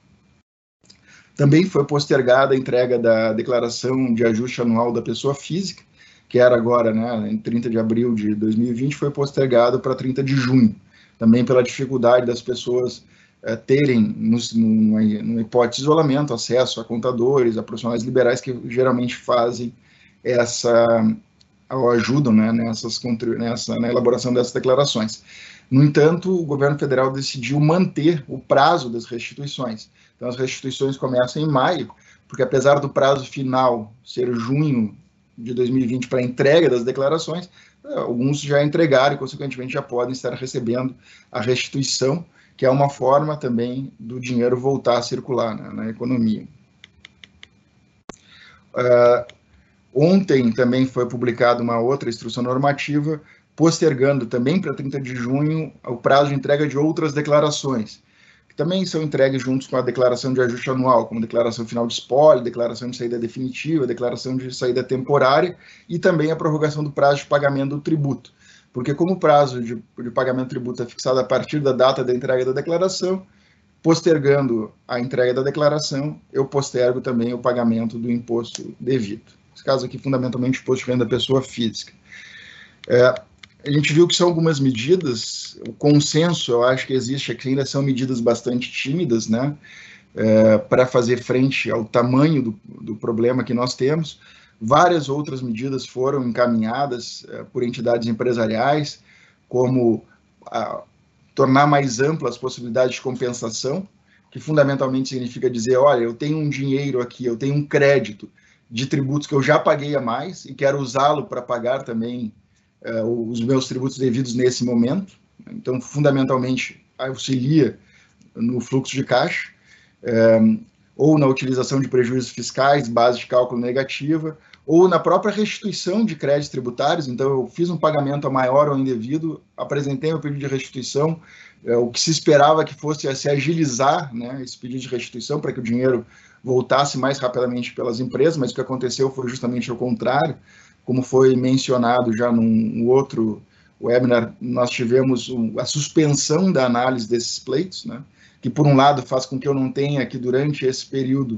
Também foi postergada a entrega da declaração de ajuste anual da pessoa física, que era agora, né, em 30 de abril de 2020, foi postergado para 30 de junho, também pela dificuldade das pessoas terem, numa hipótese de isolamento, acesso a contadores, a profissionais liberais que geralmente fazem ou ajudam, né, na elaboração dessas declarações. No entanto, o governo federal decidiu manter o prazo das restituições. Então, as restituições começam em maio, porque apesar do prazo final ser junho de 2020 para a entrega das declarações, alguns já entregaram e, consequentemente, já podem estar recebendo a restituição, que é uma forma também do dinheiro voltar a circular, né, na economia. Ontem também foi publicada uma outra instrução normativa, postergando também para 30 de junho o prazo de entrega de outras declarações, que também são entregues juntos com a declaração de ajuste anual, como declaração final de espólio, declaração de saída definitiva, declaração de saída temporária e também a prorrogação do prazo de pagamento do tributo. Porque como o prazo de pagamento do tributo é fixado a partir da data da entrega da declaração, postergando a entrega da declaração, eu postergo também o pagamento do imposto devido. Nesse caso aqui, fundamentalmente, imposto de renda da pessoa física. A gente viu que são algumas medidas, o consenso, eu acho que existe aqui, ainda são medidas bastante tímidas, né, para fazer frente ao tamanho do problema que nós temos. Várias outras medidas foram encaminhadas por entidades empresariais, como tornar mais amplas as possibilidades de compensação, que fundamentalmente significa dizer, olha, eu tenho um dinheiro aqui, eu tenho um crédito de tributos que eu já paguei a mais e quero usá-lo para pagar também os meus tributos devidos nesse momento. Então, fundamentalmente, auxilia no fluxo de caixa, ou na utilização de prejuízos fiscais, base de cálculo negativa, ou na própria restituição de créditos tributários. Então, eu fiz um pagamento a maior ou indevido, apresentei meu pedido de restituição, o que se esperava que fosse se agilizar, né, esse pedido de restituição para que o dinheiro voltasse mais rapidamente pelas empresas, mas o que aconteceu foi justamente o contrário. Como foi mencionado já num outro webinar, nós tivemos a suspensão da análise desses pleitos, né, que por um lado faz com que eu não tenha que durante esse período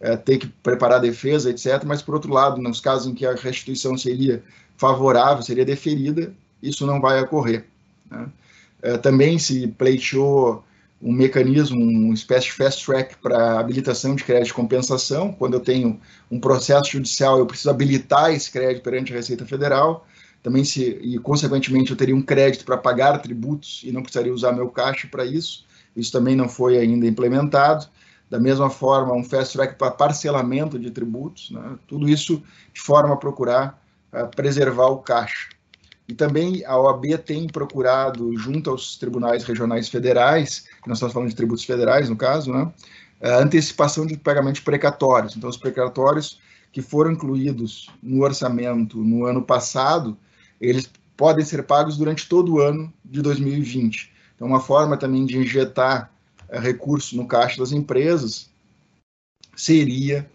ter que preparar a defesa, etc. Mas, por outro lado, nos casos em que a restituição seria favorável, seria deferida, isso não vai ocorrer, né? Também se pleiteou um mecanismo, uma espécie de fast track para habilitação de crédito de compensação. Quando eu tenho um processo judicial, eu preciso habilitar esse crédito perante a Receita Federal. Também e, consequentemente, eu teria um crédito para pagar tributos e não precisaria usar meu caixa para isso. Isso também não foi ainda implementado. Da mesma forma, um fast track para parcelamento de tributos, né? Tudo isso de forma a procurar preservar o caixa. E também a OAB tem procurado, junto aos tribunais regionais federais, nós estamos falando de tributos federais, no caso, né, a antecipação de pagamentos precatórios. Então, os precatórios que foram incluídos no orçamento no ano passado, eles podem ser pagos durante todo o ano de 2020. Então, uma forma também de injetar recursos no caixa das empresas seria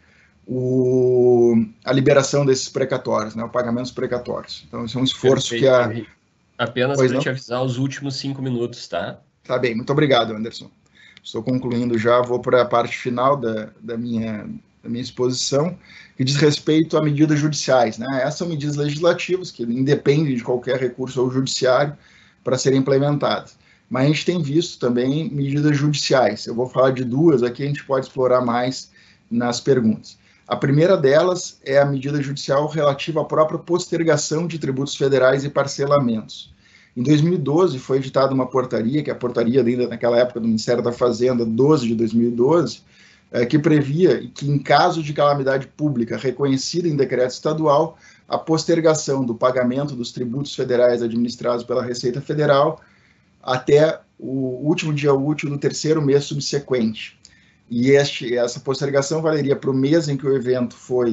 a liberação desses precatórios, né, o pagamento dos precatórios. Então, isso é um esforço que a... Apenas para te avisar os últimos 5 minutos, tá? Tá bem, muito obrigado, Anderson. Estou concluindo já, vou para a parte final da minha exposição, que diz respeito a medidas judiciais, né? Essas são medidas legislativas que independem de qualquer recurso ao judiciário para serem implementadas. Mas a gente tem visto também medidas judiciais. Eu vou falar de duas aqui, a gente pode explorar mais nas perguntas. A primeira delas é a medida judicial relativa à própria postergação de tributos federais e parcelamentos. Em 2012 foi editada uma portaria, que é a portaria ainda naquela época do Ministério da Fazenda, 12 de 2012, que previa que em caso de calamidade pública reconhecida em decreto estadual, a postergação do pagamento dos tributos federais administrados pela Receita Federal até o último dia útil do terceiro mês subsequente. E essa postergação valeria para o mês em que o evento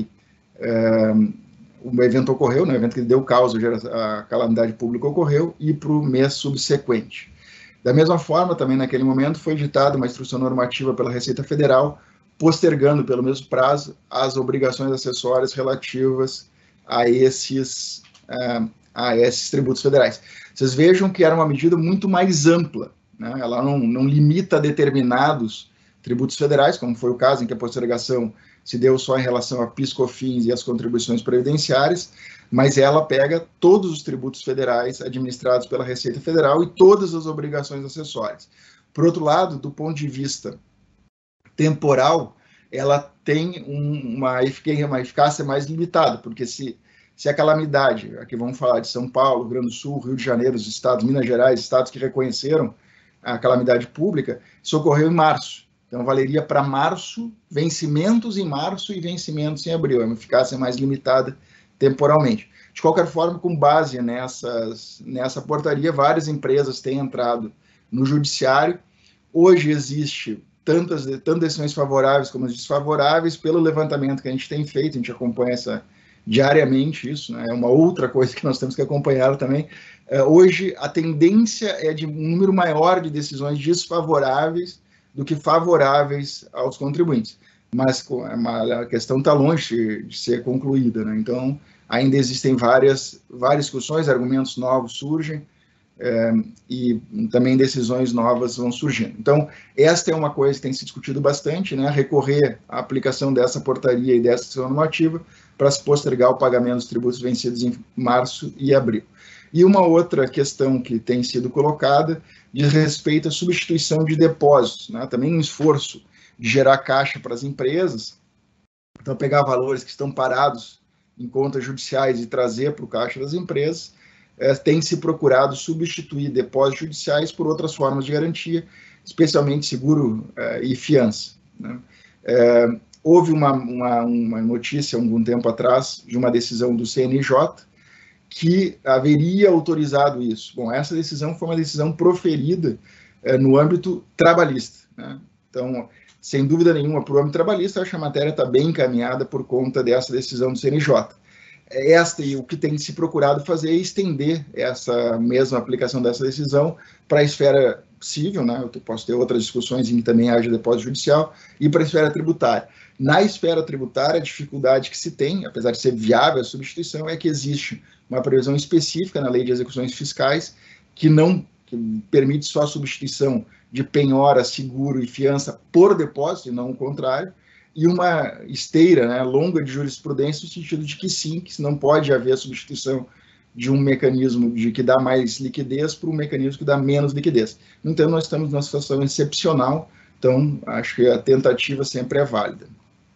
ocorreu, né, o evento que deu causa, a calamidade pública ocorreu, e para o mês subsequente. Da mesma forma, também naquele momento, foi editada uma instrução normativa pela Receita Federal, postergando pelo mesmo prazo as obrigações acessórias relativas a esses tributos federais. Vocês vejam que era uma medida muito mais ampla, né? Ela não limita a determinados tributos federais, como foi o caso em que a postergação se deu só em relação a PIS, COFINS e as contribuições previdenciárias, mas ela pega todos os tributos federais administrados pela Receita Federal e todas as obrigações acessórias. Por outro lado, do ponto de vista temporal, ela tem uma eficácia mais limitada, porque se a calamidade, aqui vamos falar de São Paulo, Rio Grande do Sul, Rio de Janeiro, os estados, Minas Gerais, estados que reconheceram a calamidade pública, isso ocorreu em março. Então, valeria para março, vencimentos em março e vencimentos em abril. É uma eficácia mais limitada temporalmente. De qualquer forma, com base nessa portaria, várias empresas têm entrado no judiciário. Hoje existe tantas decisões favoráveis como desfavoráveis. Pelo levantamento que a gente tem feito, a gente acompanha diariamente isso, né? É uma outra coisa que nós temos que acompanhar também. Hoje, a tendência é de um número maior de decisões desfavoráveis do que favoráveis aos contribuintes. Mas a questão está longe de ser concluída, né? Então, ainda existem várias discussões, argumentos novos surgem, e também decisões novas vão surgindo. Então, esta é uma coisa que tem se discutido bastante, né? Recorrer à aplicação dessa portaria e dessa normativa para se postergar o pagamento dos tributos vencidos em março e abril. E uma outra questão que tem sido colocada diz respeito à substituição de depósitos, né? Também um esforço de gerar caixa para as empresas, então pegar valores que estão parados em contas judiciais e trazer para o caixa das empresas. Tem se procurado substituir depósitos judiciais por outras formas de garantia, especialmente seguro e fiança, né? Houve uma notícia algum tempo atrás de uma decisão do CNJ que haveria autorizado isso. Bom, essa decisão foi uma decisão proferida no âmbito trabalhista, né? Então, sem dúvida nenhuma, para o âmbito trabalhista, acho que a matéria está bem encaminhada por conta dessa decisão do CNJ. E o que tem se procurado fazer é estender essa mesma aplicação dessa decisão para a esfera civil, né? Eu posso ter outras discussões em que também haja depósito judicial, e para a esfera tributária. Na esfera tributária, a dificuldade que se tem, apesar de ser viável a substituição, é que existe uma previsão específica na Lei de Execuções Fiscais que permite só a substituição de penhora, seguro e fiança por depósito, e não o contrário. e uma esteira, né, longa de jurisprudência, no sentido de que sim, que não pode haver substituição de um mecanismo que dá mais liquidez para um mecanismo que dá menos liquidez. Então, nós estamos numa situação excepcional, então, acho que a tentativa sempre é válida.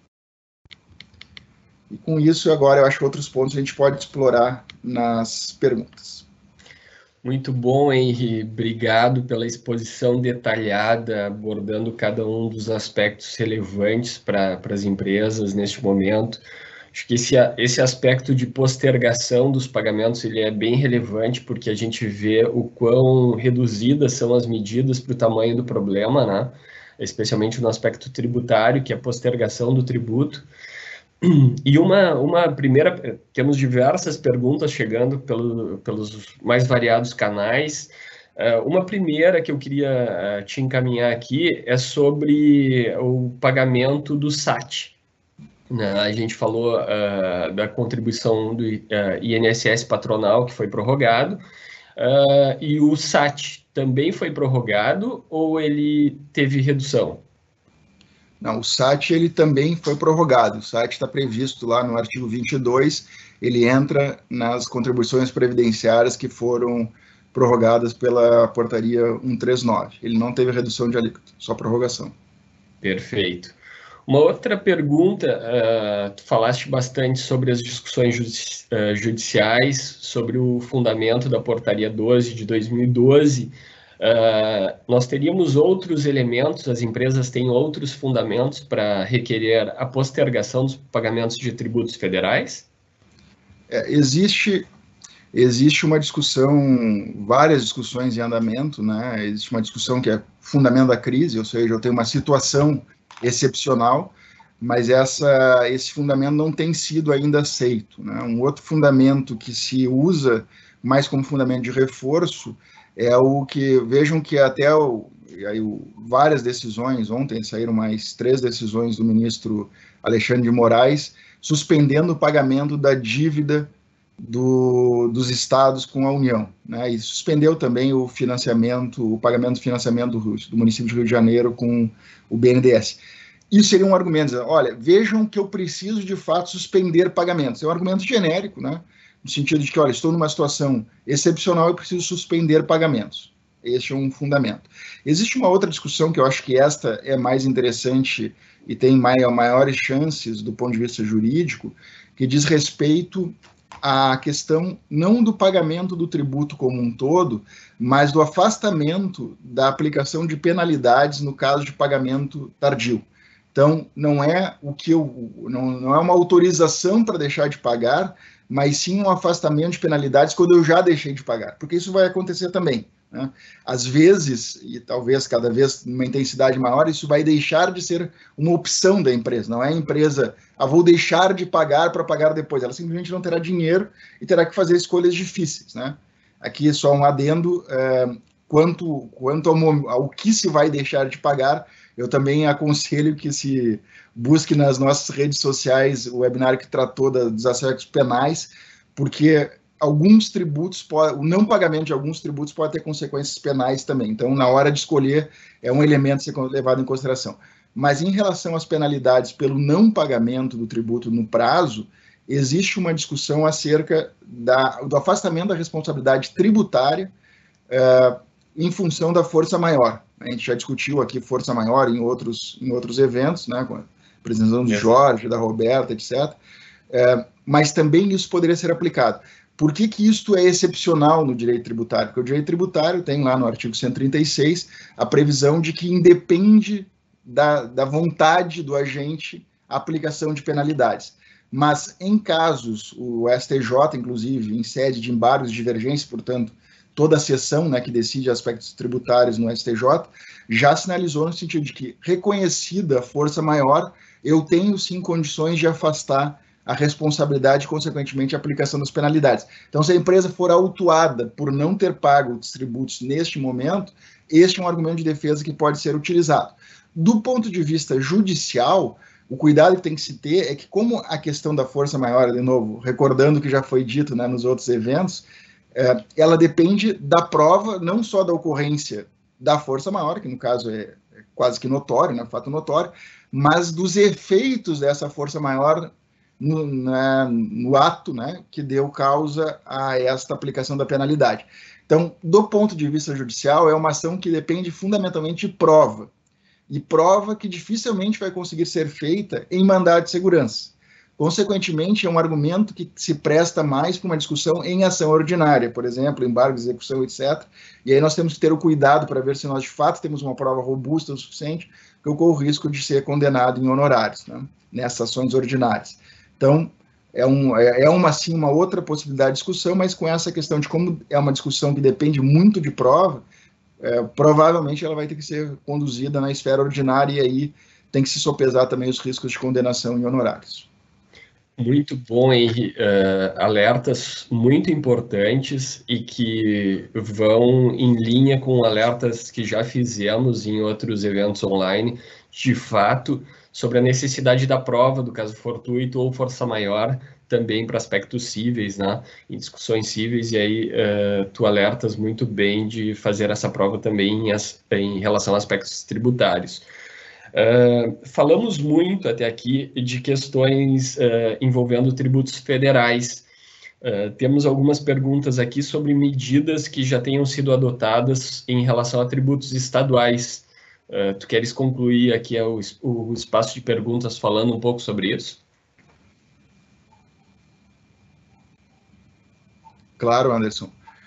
E com isso, agora, eu acho que outros pontos a gente pode explorar nas perguntas. Muito bom, Henry. Obrigado pela exposição detalhada, abordando cada um dos aspectos relevantes para as empresas neste momento. Acho que esse aspecto de postergação dos pagamentos ele é bem relevante, porque a gente vê o quão reduzidas são as medidas para o tamanho do problema, né? Especialmente no aspecto tributário, que é a postergação do tributo. E uma primeira, temos diversas perguntas chegando pelos mais variados canais. Uma primeira que eu queria te encaminhar aqui é sobre o pagamento do SAT. A gente falou da contribuição do INSS patronal, que foi prorrogado, e o SAT também foi prorrogado ou ele teve redução? Não, o SAT ele também foi prorrogado. O SAT está previsto lá no artigo 22, ele entra nas contribuições previdenciárias que foram prorrogadas pela portaria 139. Ele não teve redução de alíquota, só prorrogação. Perfeito. Uma outra pergunta, tu falaste bastante sobre as discussões judiciais, sobre o fundamento da portaria 12 de 2012. Nós teríamos outros elementos, as empresas têm outros fundamentos para requerer a postergação dos pagamentos de tributos federais? Existe uma discussão, várias discussões em andamento, né? Existe uma discussão que é fundamento da crise, ou seja, eu tenho uma situação excepcional, mas esse fundamento não tem sido ainda aceito, né? Um outro fundamento que se usa mais como fundamento de reforço é o que, vejam que várias decisões, ontem saíram mais 3 decisões do ministro Alexandre de Moraes, suspendendo o pagamento da dívida dos estados com a União, né? E suspendeu também o pagamento do financiamento do município de Rio de Janeiro com o BNDES. Isso seria um argumento, olha, vejam que eu preciso de fato suspender pagamentos. É um argumento genérico, né? No sentido de que, olha, estou numa situação excepcional e preciso suspender pagamentos. Este é um fundamento. Existe uma outra discussão que eu acho que esta é mais interessante e tem maiores chances do ponto de vista jurídico, que diz respeito à questão não do pagamento do tributo como um todo, mas do afastamento da aplicação de penalidades no caso de pagamento tardio. Então, não é não é uma autorização para deixar de pagar, mas sim um afastamento de penalidades quando eu já deixei de pagar, porque isso vai acontecer também, né? Às vezes, e talvez cada vez numa intensidade maior, isso vai deixar de ser uma opção da empresa, não é a empresa, vou deixar de pagar para pagar depois, ela simplesmente não terá dinheiro e terá que fazer escolhas difíceis, né? Aqui é só um adendo, quanto ao que se vai deixar de pagar, eu também aconselho que se busque nas nossas redes sociais o webinar que tratou dos aspectos penais, porque alguns tributos, o não pagamento de alguns tributos pode ter consequências penais também. Então, na hora de escolher, é um elemento a ser levado em consideração. Mas em relação às penalidades pelo não pagamento do tributo no prazo, existe uma discussão acerca do afastamento da responsabilidade tributária em função da força maior. A gente já discutiu aqui força maior em outros eventos, né, com a apresentação do Jorge, da Roberta, etc. Mas também isso poderia ser aplicado. Por que isto é excepcional no direito tributário? Porque o direito tributário tem lá no artigo 136 a previsão de que independe da vontade do agente a aplicação de penalidades. Mas em casos, o STJ, inclusive, em sede de embargos de divergência, portanto, toda a sessão, né, que decide aspectos tributários no STJ, já sinalizou no sentido de que, reconhecida a força maior, eu tenho sim condições de afastar a responsabilidade e, consequentemente, a aplicação das penalidades. Então, se a empresa for autuada por não ter pago os tributos neste momento, este é um argumento de defesa que pode ser utilizado. Do ponto de vista judicial, o cuidado que tem que se ter é que, como a questão da força maior, de novo, recordando o que já foi dito, né, nos outros eventos, ela depende da prova, não só da ocorrência da força maior, que no caso é quase que notório, né, fato notório, mas dos efeitos dessa força maior no ato, né, que deu causa a esta aplicação da penalidade. Então, do ponto de vista judicial, é uma ação que depende fundamentalmente de prova, e prova que dificilmente vai conseguir ser feita em mandado de segurança. Consequentemente, é um argumento que se presta mais para uma discussão em ação ordinária, por exemplo, embargo, execução, etc. E aí nós temos que ter o cuidado para ver se nós, de fato, temos uma prova robusta o suficiente, que ocorre o risco de ser condenado em honorários, né, nessas ações ordinárias. Então, sim, uma outra possibilidade de discussão, mas com essa questão de como é uma discussão que depende muito de prova, provavelmente ela vai ter que ser conduzida na esfera ordinária e aí tem que se sopesar também os riscos de condenação em honorários. Muito bom, Henri. Alertas muito importantes e que vão em linha com alertas que já fizemos em outros eventos online, de fato, sobre a necessidade da prova do caso fortuito ou força maior, também para aspectos cíveis, né, em discussões cíveis, e aí tu alertas muito bem de fazer essa prova também em relação a aspectos tributários. Falamos muito até aqui de questões envolvendo tributos federais. Temos algumas perguntas aqui sobre medidas que já tenham sido adotadas em relação a tributos estaduais. Tu queres concluir aqui o espaço de perguntas falando um pouco sobre isso? Claro, Anderson.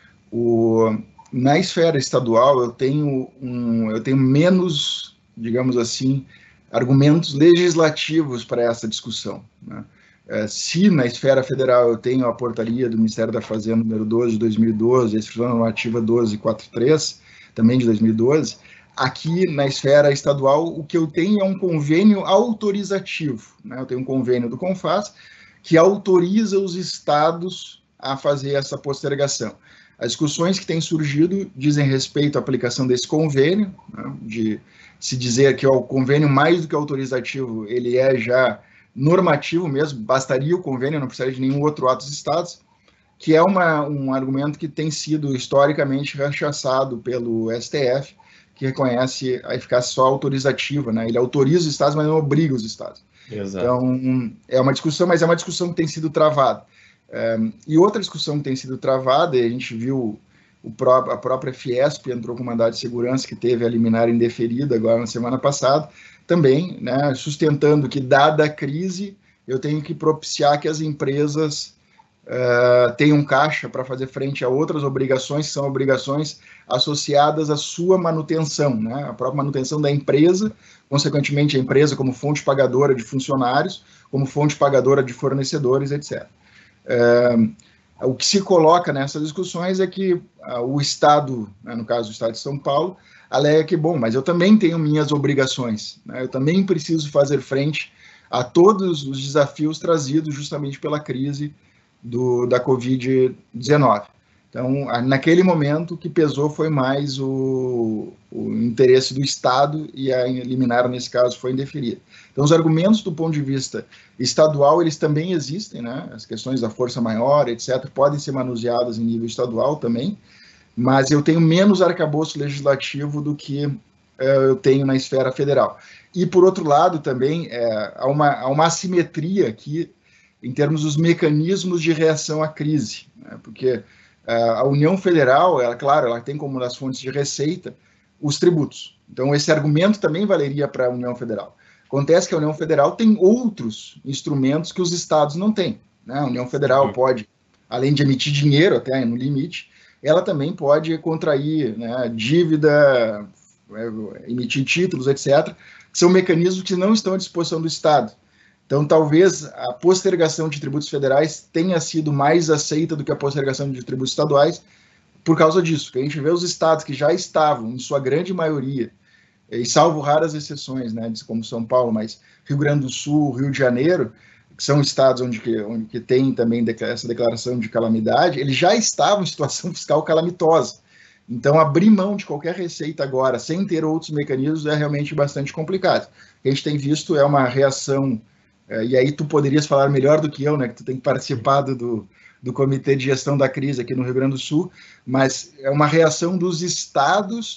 Na esfera estadual, eu tenho menos, digamos assim, argumentos legislativos para essa discussão, né? Se na esfera federal eu tenho a portaria do Ministério da Fazenda número 12 de 2012, a Instrução Normativa 1243, também de 2012, aqui na esfera estadual o que eu tenho é um convênio autorizativo, né? Eu tenho um convênio do CONFAS que autoriza os estados a fazer essa postergação. As discussões que têm surgido dizem respeito à aplicação desse convênio, né, de se dizer que o convênio, mais do que autorizativo, ele é já normativo mesmo, bastaria o convênio, não precisaria de nenhum outro ato dos estados, que é um argumento que tem sido historicamente rechaçado pelo STF, que reconhece a eficácia só autorizativa, né? Ele autoriza os estados, mas não obriga os estados. Exato. Então, é uma discussão, mas é uma discussão que tem sido travada. E outra discussão que tem sido travada, e a gente viu a própria Fiesp entrou com mandado de segurança que teve a liminar indeferida agora na semana passada, também, né, sustentando que, dada a crise, eu tenho que propiciar que as empresas tenham caixa para fazer frente a outras obrigações, que são obrigações associadas à sua manutenção, né, a própria manutenção da empresa, consequentemente a empresa como fonte pagadora de funcionários, como fonte pagadora de fornecedores, etc. O que se coloca nessas discussões é que o Estado, né, no caso do Estado de São Paulo, alega que, bom, mas eu também tenho minhas obrigações, né, eu também preciso fazer frente a todos os desafios trazidos justamente pela crise da Covid-19. Então, naquele momento, o que pesou foi mais o interesse do Estado e a liminar, nesse caso, foi indeferida. Então, os argumentos do ponto de vista estadual, eles também existem, né? As questões da força maior, etc., podem ser manuseadas em nível estadual também, mas eu tenho menos arcabouço legislativo do que eu tenho na esfera federal. E, por outro lado, também, há uma assimetria aqui em termos dos mecanismos de reação à crise, né? Porque a União Federal, claro, ela tem como das fontes de receita os tributos. Então, esse argumento também valeria para a União Federal. Acontece que a União Federal tem outros instrumentos que os estados não têm, né? A União Federal pode, além de emitir dinheiro, até no limite, ela também pode contrair, né, dívida, emitir títulos, etc., que são mecanismos que não estão à disposição do Estado. Então, talvez a postergação de tributos federais tenha sido mais aceita do que a postergação de tributos estaduais por causa disso, que a gente vê os estados que já estavam, em sua grande maioria, e salvo raras exceções, né, como São Paulo, mas Rio Grande do Sul, Rio de Janeiro, que são estados onde tem também essa declaração de calamidade, eles já estavam em situação fiscal calamitosa. Então, abrir mão de qualquer receita agora, sem ter outros mecanismos, é realmente bastante complicado. O que a gente tem visto é uma reação. E aí tu poderias falar melhor do que eu, né, que tu tem participado do Comitê de Gestão da Crise aqui no Rio Grande do Sul, mas é uma reação dos estados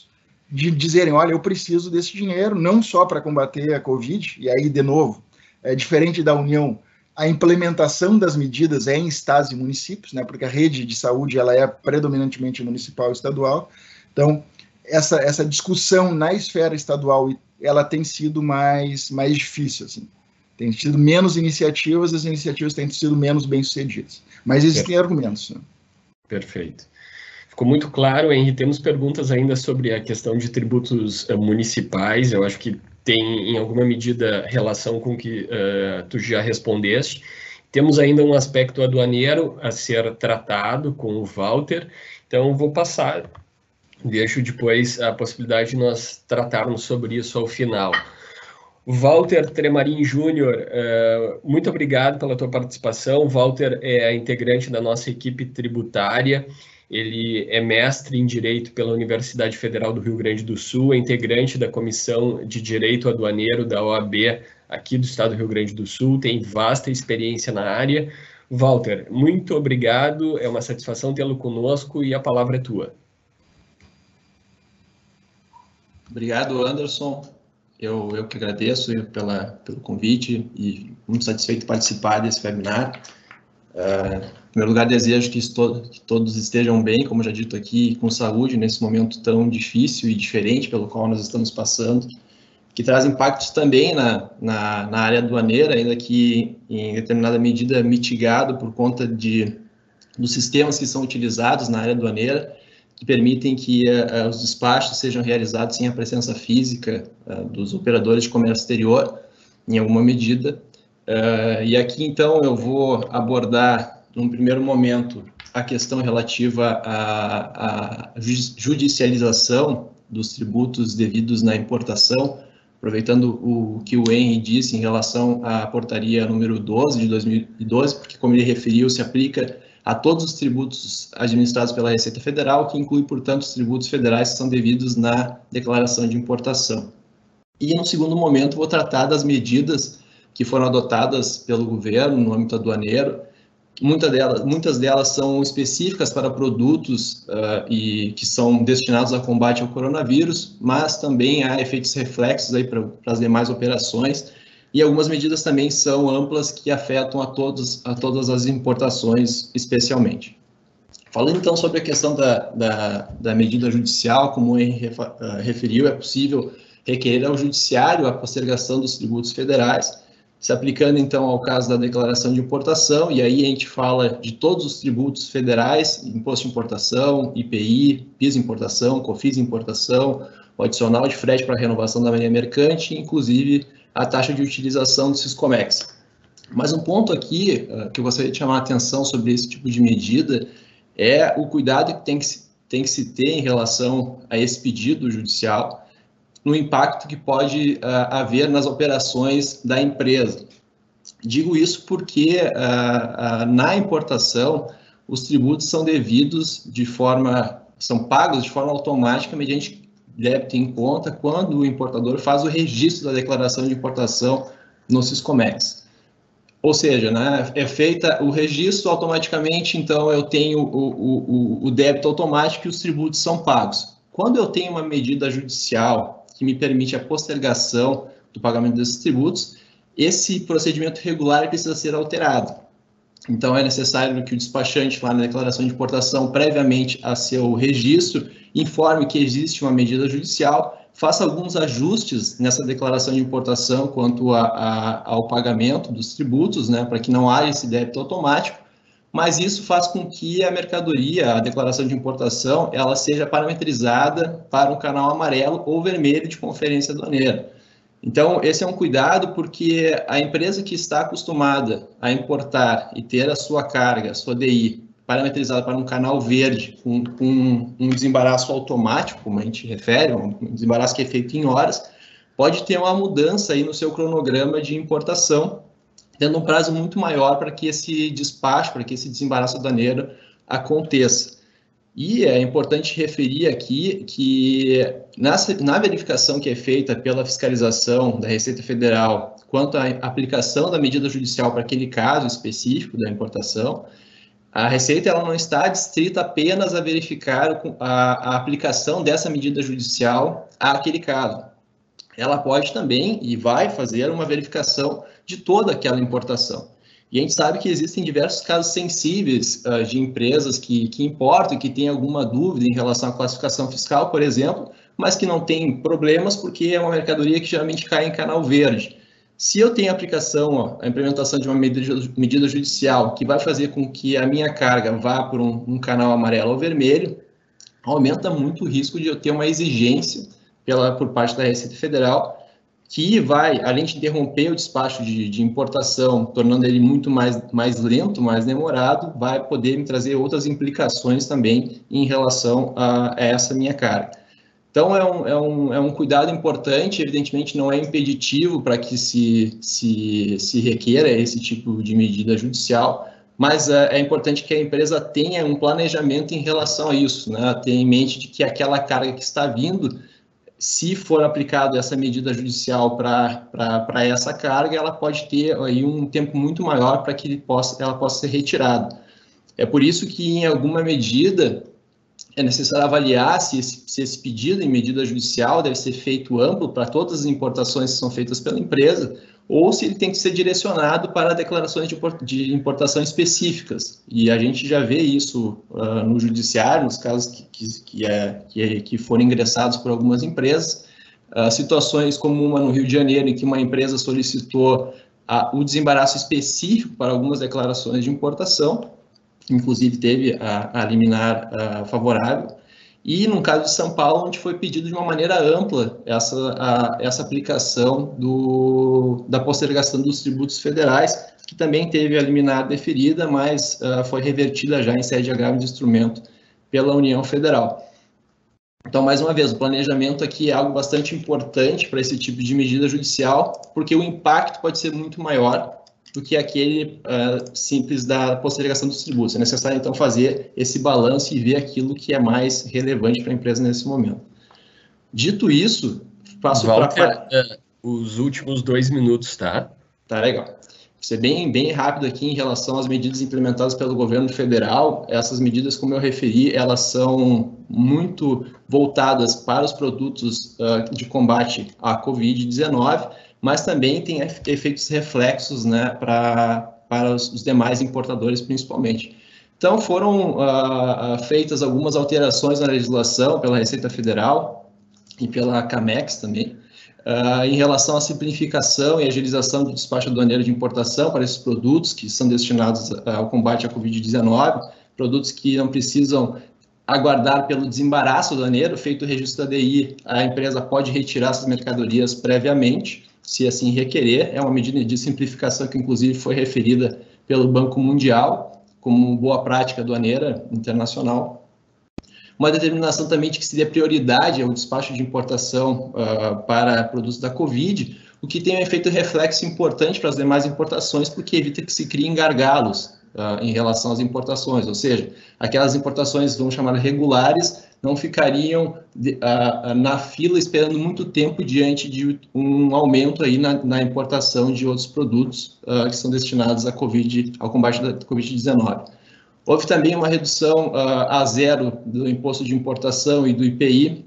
de dizerem, olha, eu preciso desse dinheiro, não só para combater a Covid, e aí, de novo, é diferente da União, a implementação das medidas é em estados e municípios, né, porque a rede de saúde ela é predominantemente municipal e estadual. Então, essa discussão na esfera estadual ela tem sido mais difícil, assim. Tem tido menos iniciativas, as iniciativas têm sido menos bem-sucedidas. Mas existem argumentos. Né? Perfeito. Ficou muito claro, Henry. Temos perguntas ainda sobre a questão de tributos municipais. Eu acho que tem, em alguma medida, relação com o que tu já respondeste. Temos ainda um aspecto aduaneiro a ser tratado com o Walter. Então, vou passar. Deixo depois a possibilidade de nós tratarmos sobre isso ao final. Walter Tremarin Júnior, muito obrigado pela tua participação. Walter é integrante da nossa equipe tributária. Ele é mestre em Direito pela Universidade Federal do Rio Grande do Sul, é integrante da Comissão de Direito Aduaneiro da OAB aqui do estado do Rio Grande do Sul, tem vasta experiência na área. Walter, muito obrigado, é uma satisfação tê-lo conosco e a palavra é tua. Obrigado, Anderson. Eu que agradeço pelo convite e muito satisfeito de participar desse webinar. Em primeiro lugar, desejo que todos estejam bem, como já dito aqui, com saúde nesse momento tão difícil e diferente pelo qual nós estamos passando, que traz impactos também na área aduaneira, ainda que em determinada medida mitigado por conta dos sistemas que são utilizados na área aduaneira, que permitem que os despachos sejam realizados sem a presença física dos operadores de comércio exterior, em alguma medida. E aqui, então, eu vou abordar, num primeiro momento, a questão relativa à judicialização dos tributos devidos na importação, aproveitando o que o Henry disse em relação à portaria número 12 de 2012, porque, como ele referiu, se aplica a todos os tributos administrados pela Receita Federal, que inclui, portanto, os tributos federais que são devidos na declaração de importação. E, no segundo momento, vou tratar das medidas que foram adotadas pelo governo no âmbito aduaneiro. Muitas delas são específicas para produtos e que são destinados a combate ao coronavírus, mas também há efeitos reflexos aí para as demais operações, e algumas medidas também são amplas que afetam a todas as importações, especialmente. Falando então sobre a questão da medida judicial, como o Henry referiu, é possível requerer ao judiciário a postergação dos tributos federais, se aplicando então ao caso da declaração de importação, e aí a gente fala de todos os tributos federais, imposto de importação, IPI, PIS de importação, COFINS de importação, o adicional de frete para renovação da marinha mercante, inclusive a taxa de utilização do Siscomex. Mas um ponto aqui que eu gostaria de chamar a atenção sobre esse tipo de medida é o cuidado que tem que se ter em relação a esse pedido judicial, no impacto que pode haver nas operações da empresa. Digo isso porque na importação os tributos são são pagos de forma automática mediante débito em conta quando o importador faz o registro da declaração de importação no Siscomex. Ou seja, né, é feita o registro automaticamente, então eu tenho o débito automático e os tributos são pagos. Quando eu tenho uma medida judicial que me permite a postergação do pagamento desses tributos, esse procedimento regular precisa ser alterado. Então, é necessário que o despachante, lá na declaração de importação, previamente a seu registro, informe que existe uma medida judicial, faça alguns ajustes nessa declaração de importação quanto ao pagamento dos tributos, né, para que não haja esse débito automático, mas isso faz com que a mercadoria, a declaração de importação, ela seja parametrizada para um canal amarelo ou vermelho de conferência aduaneira. Então, esse é um cuidado porque a empresa que está acostumada a importar e ter a sua carga, a sua DI, parametrizada para um canal verde, com um desembaraço automático, como a gente refere, um desembaraço que é feito em horas, pode ter uma mudança aí no seu cronograma de importação, tendo um prazo muito maior para que esse despacho, para que esse desembaraço aduaneiro aconteça. E é importante referir aqui que na verificação que é feita pela fiscalização da Receita Federal quanto à aplicação da medida judicial para aquele caso específico da importação, A Receita ela não está adstrita apenas a verificar a aplicação dessa medida judicial àquele caso. Ela pode também e vai fazer uma verificação de toda aquela importação. E a gente sabe que existem diversos casos sensíveis de empresas que importam e que têm alguma dúvida em relação à classificação fiscal, por exemplo, mas que não tem problemas porque é uma mercadoria que geralmente cai em canal verde. Se eu tenho a implementação de uma medida judicial que vai fazer com que a minha carga vá por um canal amarelo ou vermelho, aumenta muito o risco de eu ter uma exigência por parte da Receita Federal, que vai, além de interromper o despacho de importação, tornando ele muito mais lento, mais demorado, vai poder me trazer outras implicações também em relação a essa minha carga. Então, é um cuidado importante, evidentemente não é impeditivo para que se requeira esse tipo de medida judicial, mas é importante que a empresa tenha um planejamento em relação a isso, né? Tenha em mente de que aquela carga que está vindo, se for aplicada essa medida judicial para essa carga, ela pode ter aí um tempo muito maior para que ela possa ser retirada. É por isso que, em alguma medida, é necessário avaliar se esse pedido em medida judicial deve ser feito amplo para todas as importações que são feitas pela empresa, ou se ele tem que ser direcionado para declarações de importação específicas. E a gente já vê isso no judiciário, nos casos que foram ingressados por algumas empresas, situações como uma no Rio de Janeiro, em que uma empresa solicitou o desembaraço específico para algumas declarações de importação, inclusive teve a liminar favorável, e no caso de São Paulo, onde foi pedido de uma maneira ampla essa aplicação da postergação dos tributos federais, que também teve a liminar deferida, mas foi revertida já em sede agravo de instrumento pela União Federal. Então, mais uma vez, o planejamento aqui é algo bastante importante para esse tipo de medida judicial, porque o impacto pode ser muito maior do que aquele simples da postergação dos tributos. É necessário, então, fazer esse balanço e ver aquilo que é mais relevante para a empresa nesse momento. Dito isso, passo para... os últimos 2 minutos, tá? Tá, legal. Vou ser bem rápido aqui em relação às medidas implementadas pelo governo federal. Essas medidas, como eu referi, elas são muito voltadas para os produtos de combate à Covid-19, mas também tem efeitos reflexos, né, para os demais importadores, principalmente. Então, foram feitas algumas alterações na legislação pela Receita Federal e pela CAMEX também, em relação à simplificação e agilização do despacho aduaneiro de importação para esses produtos que são destinados ao combate à Covid-19, produtos que não precisam aguardar pelo desembaraço aduaneiro, feito o registro da DI, a empresa pode retirar essas mercadorias previamente, se assim requerer. É uma medida de simplificação que, inclusive, foi referida pelo Banco Mundial como boa prática aduaneira internacional. Uma determinação também de que se dê prioridade ao despacho de importação para produtos da Covid, o que tem um efeito reflexo importante para as demais importações, porque evita que se criem gargalos em relação às importações, ou seja, aquelas importações, vamos chamar regulares, não ficariam na fila esperando muito tempo diante de um aumento aí na importação de outros produtos que são destinados ao combate da Covid-19. Houve também uma redução a zero do imposto de importação e do IPI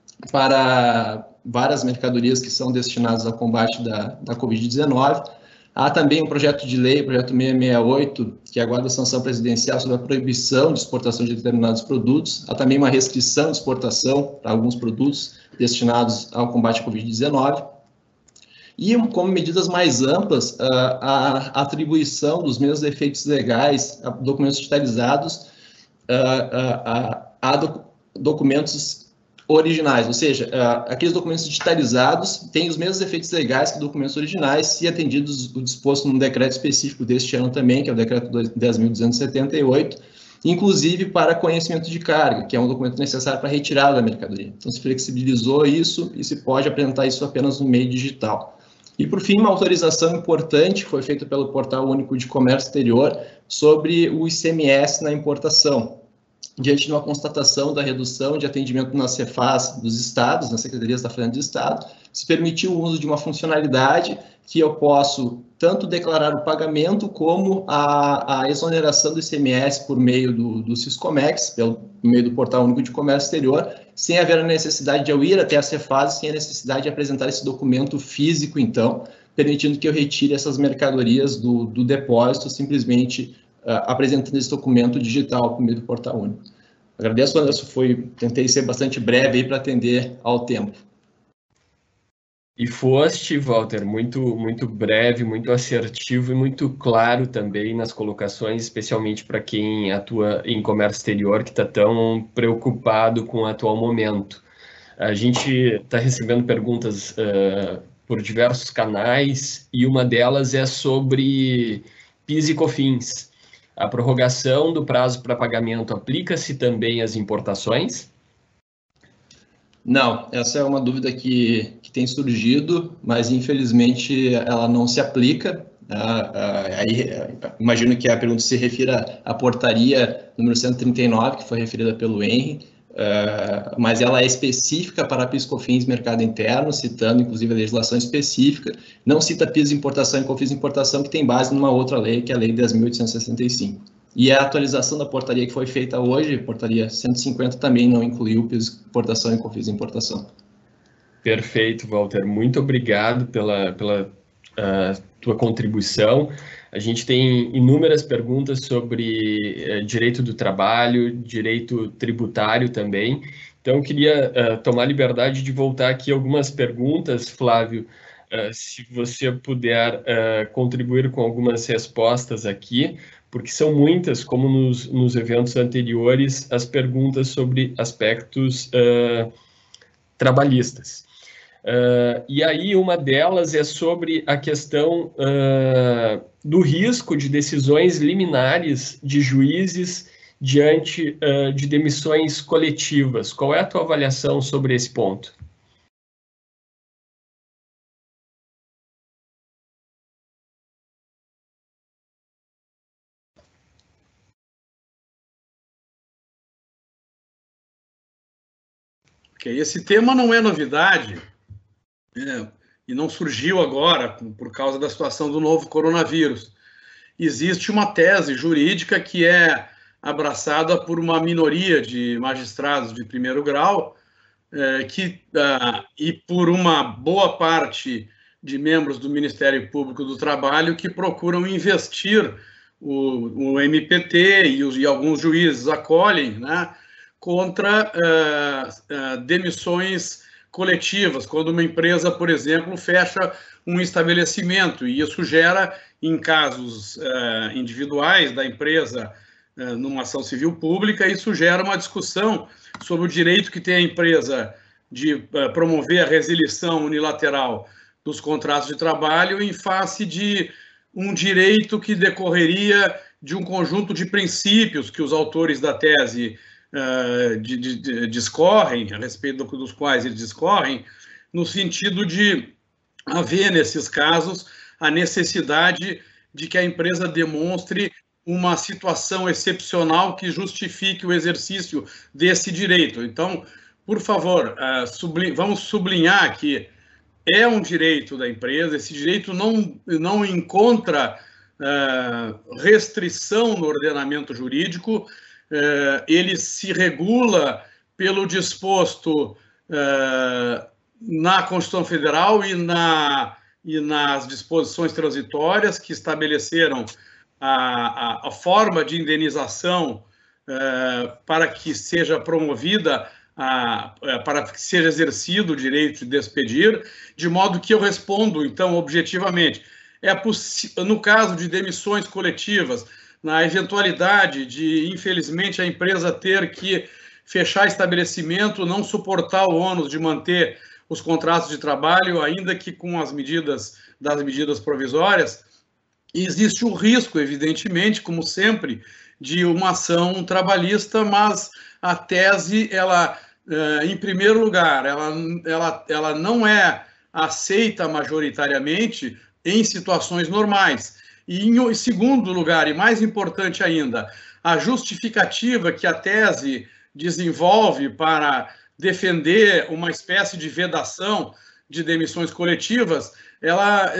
para várias mercadorias que são destinadas ao combate da Covid-19. Há também um projeto de lei, o projeto 668, que aguarda a sanção presidencial sobre a proibição de exportação de determinados produtos. Há também uma restrição de exportação para alguns produtos destinados ao combate à Covid-19. E, como medidas mais amplas, a atribuição dos mesmos efeitos legais a documentos digitalizados a documentos originais, ou seja, aqueles documentos digitalizados têm os mesmos efeitos legais que documentos originais, se atendidos o disposto num decreto específico deste ano também, que é o decreto 10.278, inclusive para conhecimento de carga, que é um documento necessário para retirada da mercadoria. Então, se flexibilizou isso e se pode apresentar isso apenas no meio digital. E, por fim, uma autorização importante foi feita pelo Portal Único de Comércio Exterior sobre o ICMS na importação. Diante de uma constatação da redução de atendimento nas Cefaz dos estados, nas Secretarias da Fazenda do Estado, se permitiu o uso de uma funcionalidade que eu posso tanto declarar o pagamento como a exoneração do ICMS por meio do Siscomex, por meio do Portal Único de Comércio Exterior, sem haver a necessidade de eu ir até a Cefaz, sem a necessidade de apresentar esse documento físico, então, permitindo que eu retire essas mercadorias do depósito, simplesmente apresentando esse documento digital por meio do Portal Único. Agradeço, Anderson, tentei ser bastante breve para atender ao tempo. E foste, Walter, muito breve, muito assertivo e muito claro também nas colocações, especialmente para quem atua em comércio exterior, que está tão preocupado com o atual momento. A gente está recebendo perguntas por diversos canais e uma delas é sobre PIS e COFINS. A prorrogação do prazo para pagamento aplica-se também às importações? Não, essa é uma dúvida que tem surgido, mas infelizmente ela não se aplica. Imagino que a pergunta se refira à portaria número 139, que foi referida pelo Henry, mas ela é específica para PIS/COFINS mercado interno, citando inclusive a legislação específica, não cita PIS importação e COFINS importação, que tem base numa outra lei, que é a Lei 10.865. E a atualização da portaria que foi feita hoje, portaria 150, também não incluiu PIS importação e COFINS importação. Perfeito, Walter. Muito obrigado pela tua contribuição. A gente tem inúmeras perguntas sobre direito do trabalho, direito tributário também. Então, eu queria tomar a liberdade de voltar aqui algumas perguntas, Flávio, se você puder contribuir com algumas respostas aqui, porque são muitas, como nos eventos anteriores, as perguntas sobre aspectos trabalhistas. E aí uma delas é sobre a questão do risco de decisões liminares de juízes diante de demissões coletivas. Qual é a tua avaliação sobre esse ponto? Esse tema não é novidade, e não surgiu agora por causa da situação do novo coronavírus. Existe uma tese jurídica que é abraçada por uma minoria de magistrados de primeiro grau e por uma boa parte de membros do Ministério Público do Trabalho que procuram investir o MPT e alguns juízes acolhem, né, contra demissões coletivas, quando uma empresa, por exemplo, fecha um estabelecimento, e isso gera, em casos individuais da empresa, numa ação civil pública, isso gera uma discussão sobre o direito que tem a empresa de promover a resilição unilateral dos contratos de trabalho em face de um direito que decorreria de um conjunto de princípios que os autores da tese discorrem, a respeito dos quais eles discorrem, no sentido de haver, nesses casos, a necessidade de que a empresa demonstre uma situação excepcional que justifique o exercício desse direito. Então, por favor, vamos sublinhar que é um direito da empresa, esse direito não encontra restrição no ordenamento jurídico, ele se regula pelo disposto na Constituição Federal e nas disposições transitórias que estabeleceram a forma de indenização para que seja promovida, para que seja exercido o direito de despedir, de modo que eu respondo, então, objetivamente. No caso de demissões coletivas, na eventualidade de, infelizmente, a empresa ter que fechar estabelecimento, não suportar o ônus de manter os contratos de trabalho, ainda que com as medidas provisórias, existe o risco, evidentemente, como sempre, de uma ação trabalhista, mas a tese, em primeiro lugar, ela não é aceita majoritariamente em situações normais. E, em segundo lugar, e mais importante ainda, a justificativa que a tese desenvolve para defender uma espécie de vedação de demissões coletivas, ela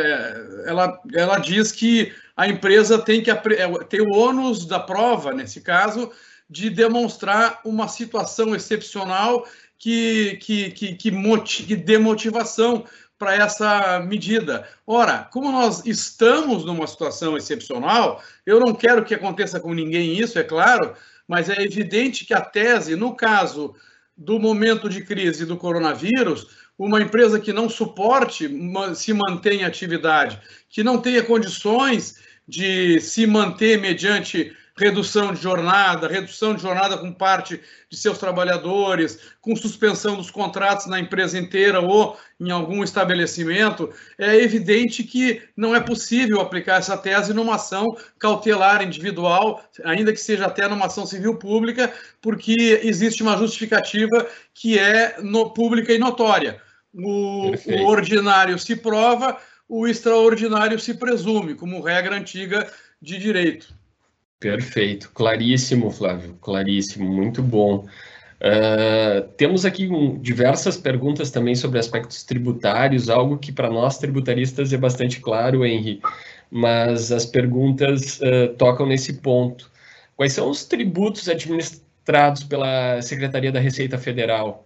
diz que a empresa tem que ter o ônus da prova, nesse caso, de demonstrar uma situação excepcional que dê motivação para essa medida. Ora, como nós estamos numa situação excepcional, eu não quero que aconteça com ninguém isso, é claro, mas é evidente que a tese, no caso do momento de crise do coronavírus, uma empresa que não suporte se manter em atividade, que não tenha condições de se manter mediante redução de jornada com parte de seus trabalhadores, com suspensão dos contratos na empresa inteira ou em algum estabelecimento, é evidente que não é possível aplicar essa tese numa ação cautelar individual, ainda que seja até numa ação civil pública, porque existe uma justificativa que é pública e notória. O ordinário se prova, o extraordinário se presume, como regra antiga de direito. Perfeito, claríssimo, Flávio, claríssimo, muito bom. Temos aqui diversas perguntas também sobre aspectos tributários, algo que para nós tributaristas é bastante claro, Henry, mas as perguntas tocam nesse ponto. Quais são os tributos administrados pela Secretaria da Receita Federal?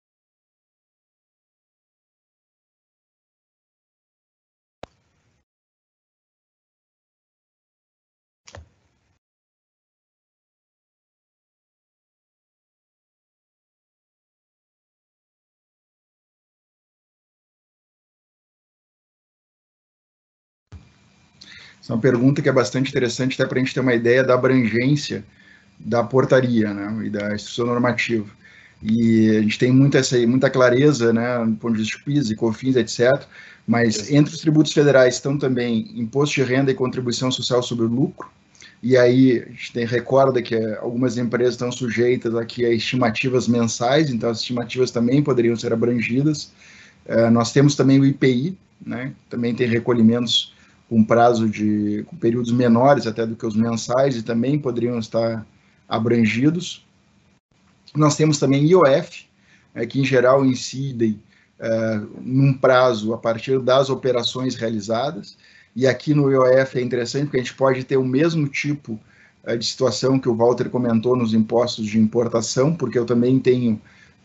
Essa é uma pergunta que é bastante interessante, até para a gente ter uma ideia da abrangência da portaria, né, e da instrução normativa. E a gente tem muita clareza, né, do ponto de vista de PIS e COFINS, etc., mas entre os tributos federais estão também imposto de renda e contribuição social sobre o lucro, e aí a gente recorda que algumas empresas estão sujeitas aqui a estimativas mensais, então as estimativas também poderiam ser abrangidas. Nós temos também o IPI, né, também tem recolhimentos com com períodos menores até do que os mensais e também poderiam estar abrangidos. Nós temos também IOF, que em geral incidem num prazo a partir das operações realizadas, e aqui no IOF é interessante porque a gente pode ter o mesmo tipo de situação que o Walter comentou nos impostos de importação, porque eu também tenho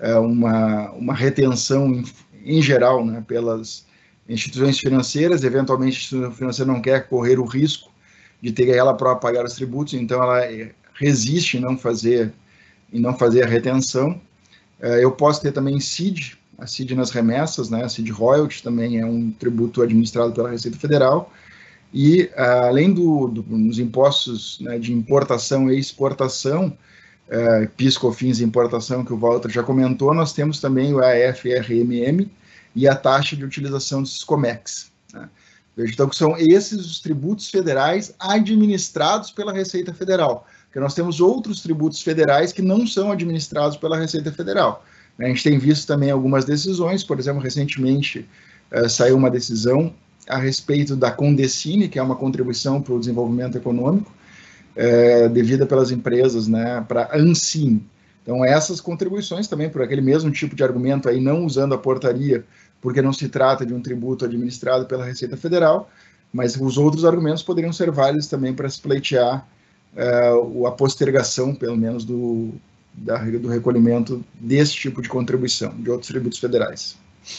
uma retenção em geral, né, pelas instituições financeiras. Eventualmente a instituição financeira não quer correr o risco de ter ela própria pagar os tributos, então ela resiste em não fazer a retenção. Eu posso ter também CID, a CID nas remessas, né, a CID Royalty também é um tributo administrado pela Receita Federal, e além dos impostos, né, de importação e exportação, PIS, COFINS e importação, que o Walter já comentou, nós temos também o AFRMM, e a taxa de utilização dos Siscomex, né? Então, que são esses os tributos federais administrados pela Receita Federal, porque nós temos outros tributos federais que não são administrados pela Receita Federal. A gente tem visto também algumas decisões, por exemplo, recentemente saiu uma decisão a respeito da Condecine, que é uma contribuição para o desenvolvimento econômico, devida pelas empresas, né, para a Ancine. Então, essas contribuições também, por aquele mesmo tipo de argumento aí, não usando a portaria, porque não se trata de um tributo administrado pela Receita Federal, mas os outros argumentos poderiam ser válidos também para se pleitear a postergação, pelo menos, do recolhimento desse tipo de contribuição, de outros tributos federais.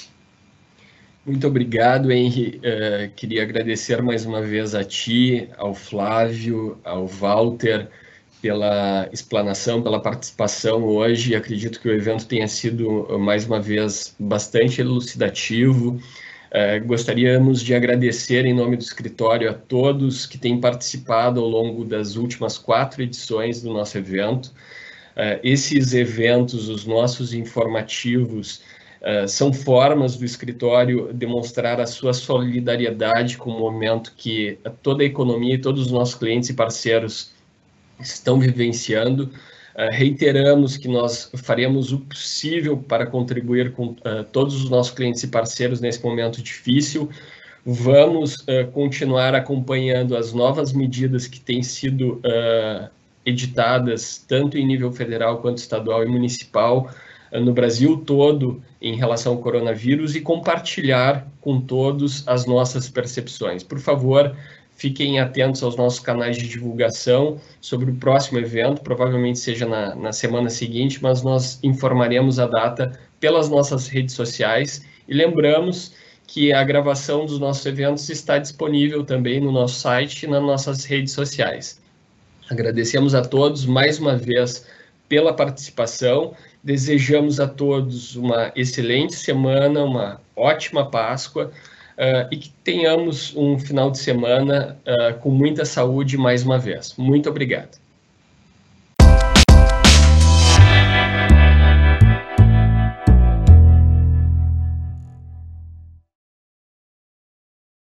Muito obrigado, Henry. Queria agradecer mais uma vez a ti, ao Flávio, ao Walter, pela explanação, pela participação hoje. Acredito que o evento tenha sido, mais uma vez, bastante elucidativo. Gostaríamos de agradecer, em nome do escritório, a todos que têm participado ao longo das últimas 4 edições do nosso evento. Esses eventos, os nossos informativos, são formas do escritório demonstrar a sua solidariedade com o momento que toda a economia e todos os nossos clientes e parceiros estão vivenciando. Reiteramos que nós faremos o possível para contribuir com todos os nossos clientes e parceiros nesse momento difícil. Vamos continuar acompanhando as novas medidas que têm sido editadas, tanto em nível federal quanto estadual e municipal, no Brasil todo em relação ao coronavírus e compartilhar com todos as nossas percepções. Por favor, fiquem atentos aos nossos canais de divulgação sobre o próximo evento, provavelmente seja na semana seguinte, mas nós informaremos a data pelas nossas redes sociais e lembramos que a gravação dos nossos eventos está disponível também no nosso site e nas nossas redes sociais. Agradecemos a todos mais uma vez pela participação, desejamos a todos uma excelente semana, uma ótima Páscoa e que tenhamos um final de semana com muita saúde mais uma vez. Muito obrigado.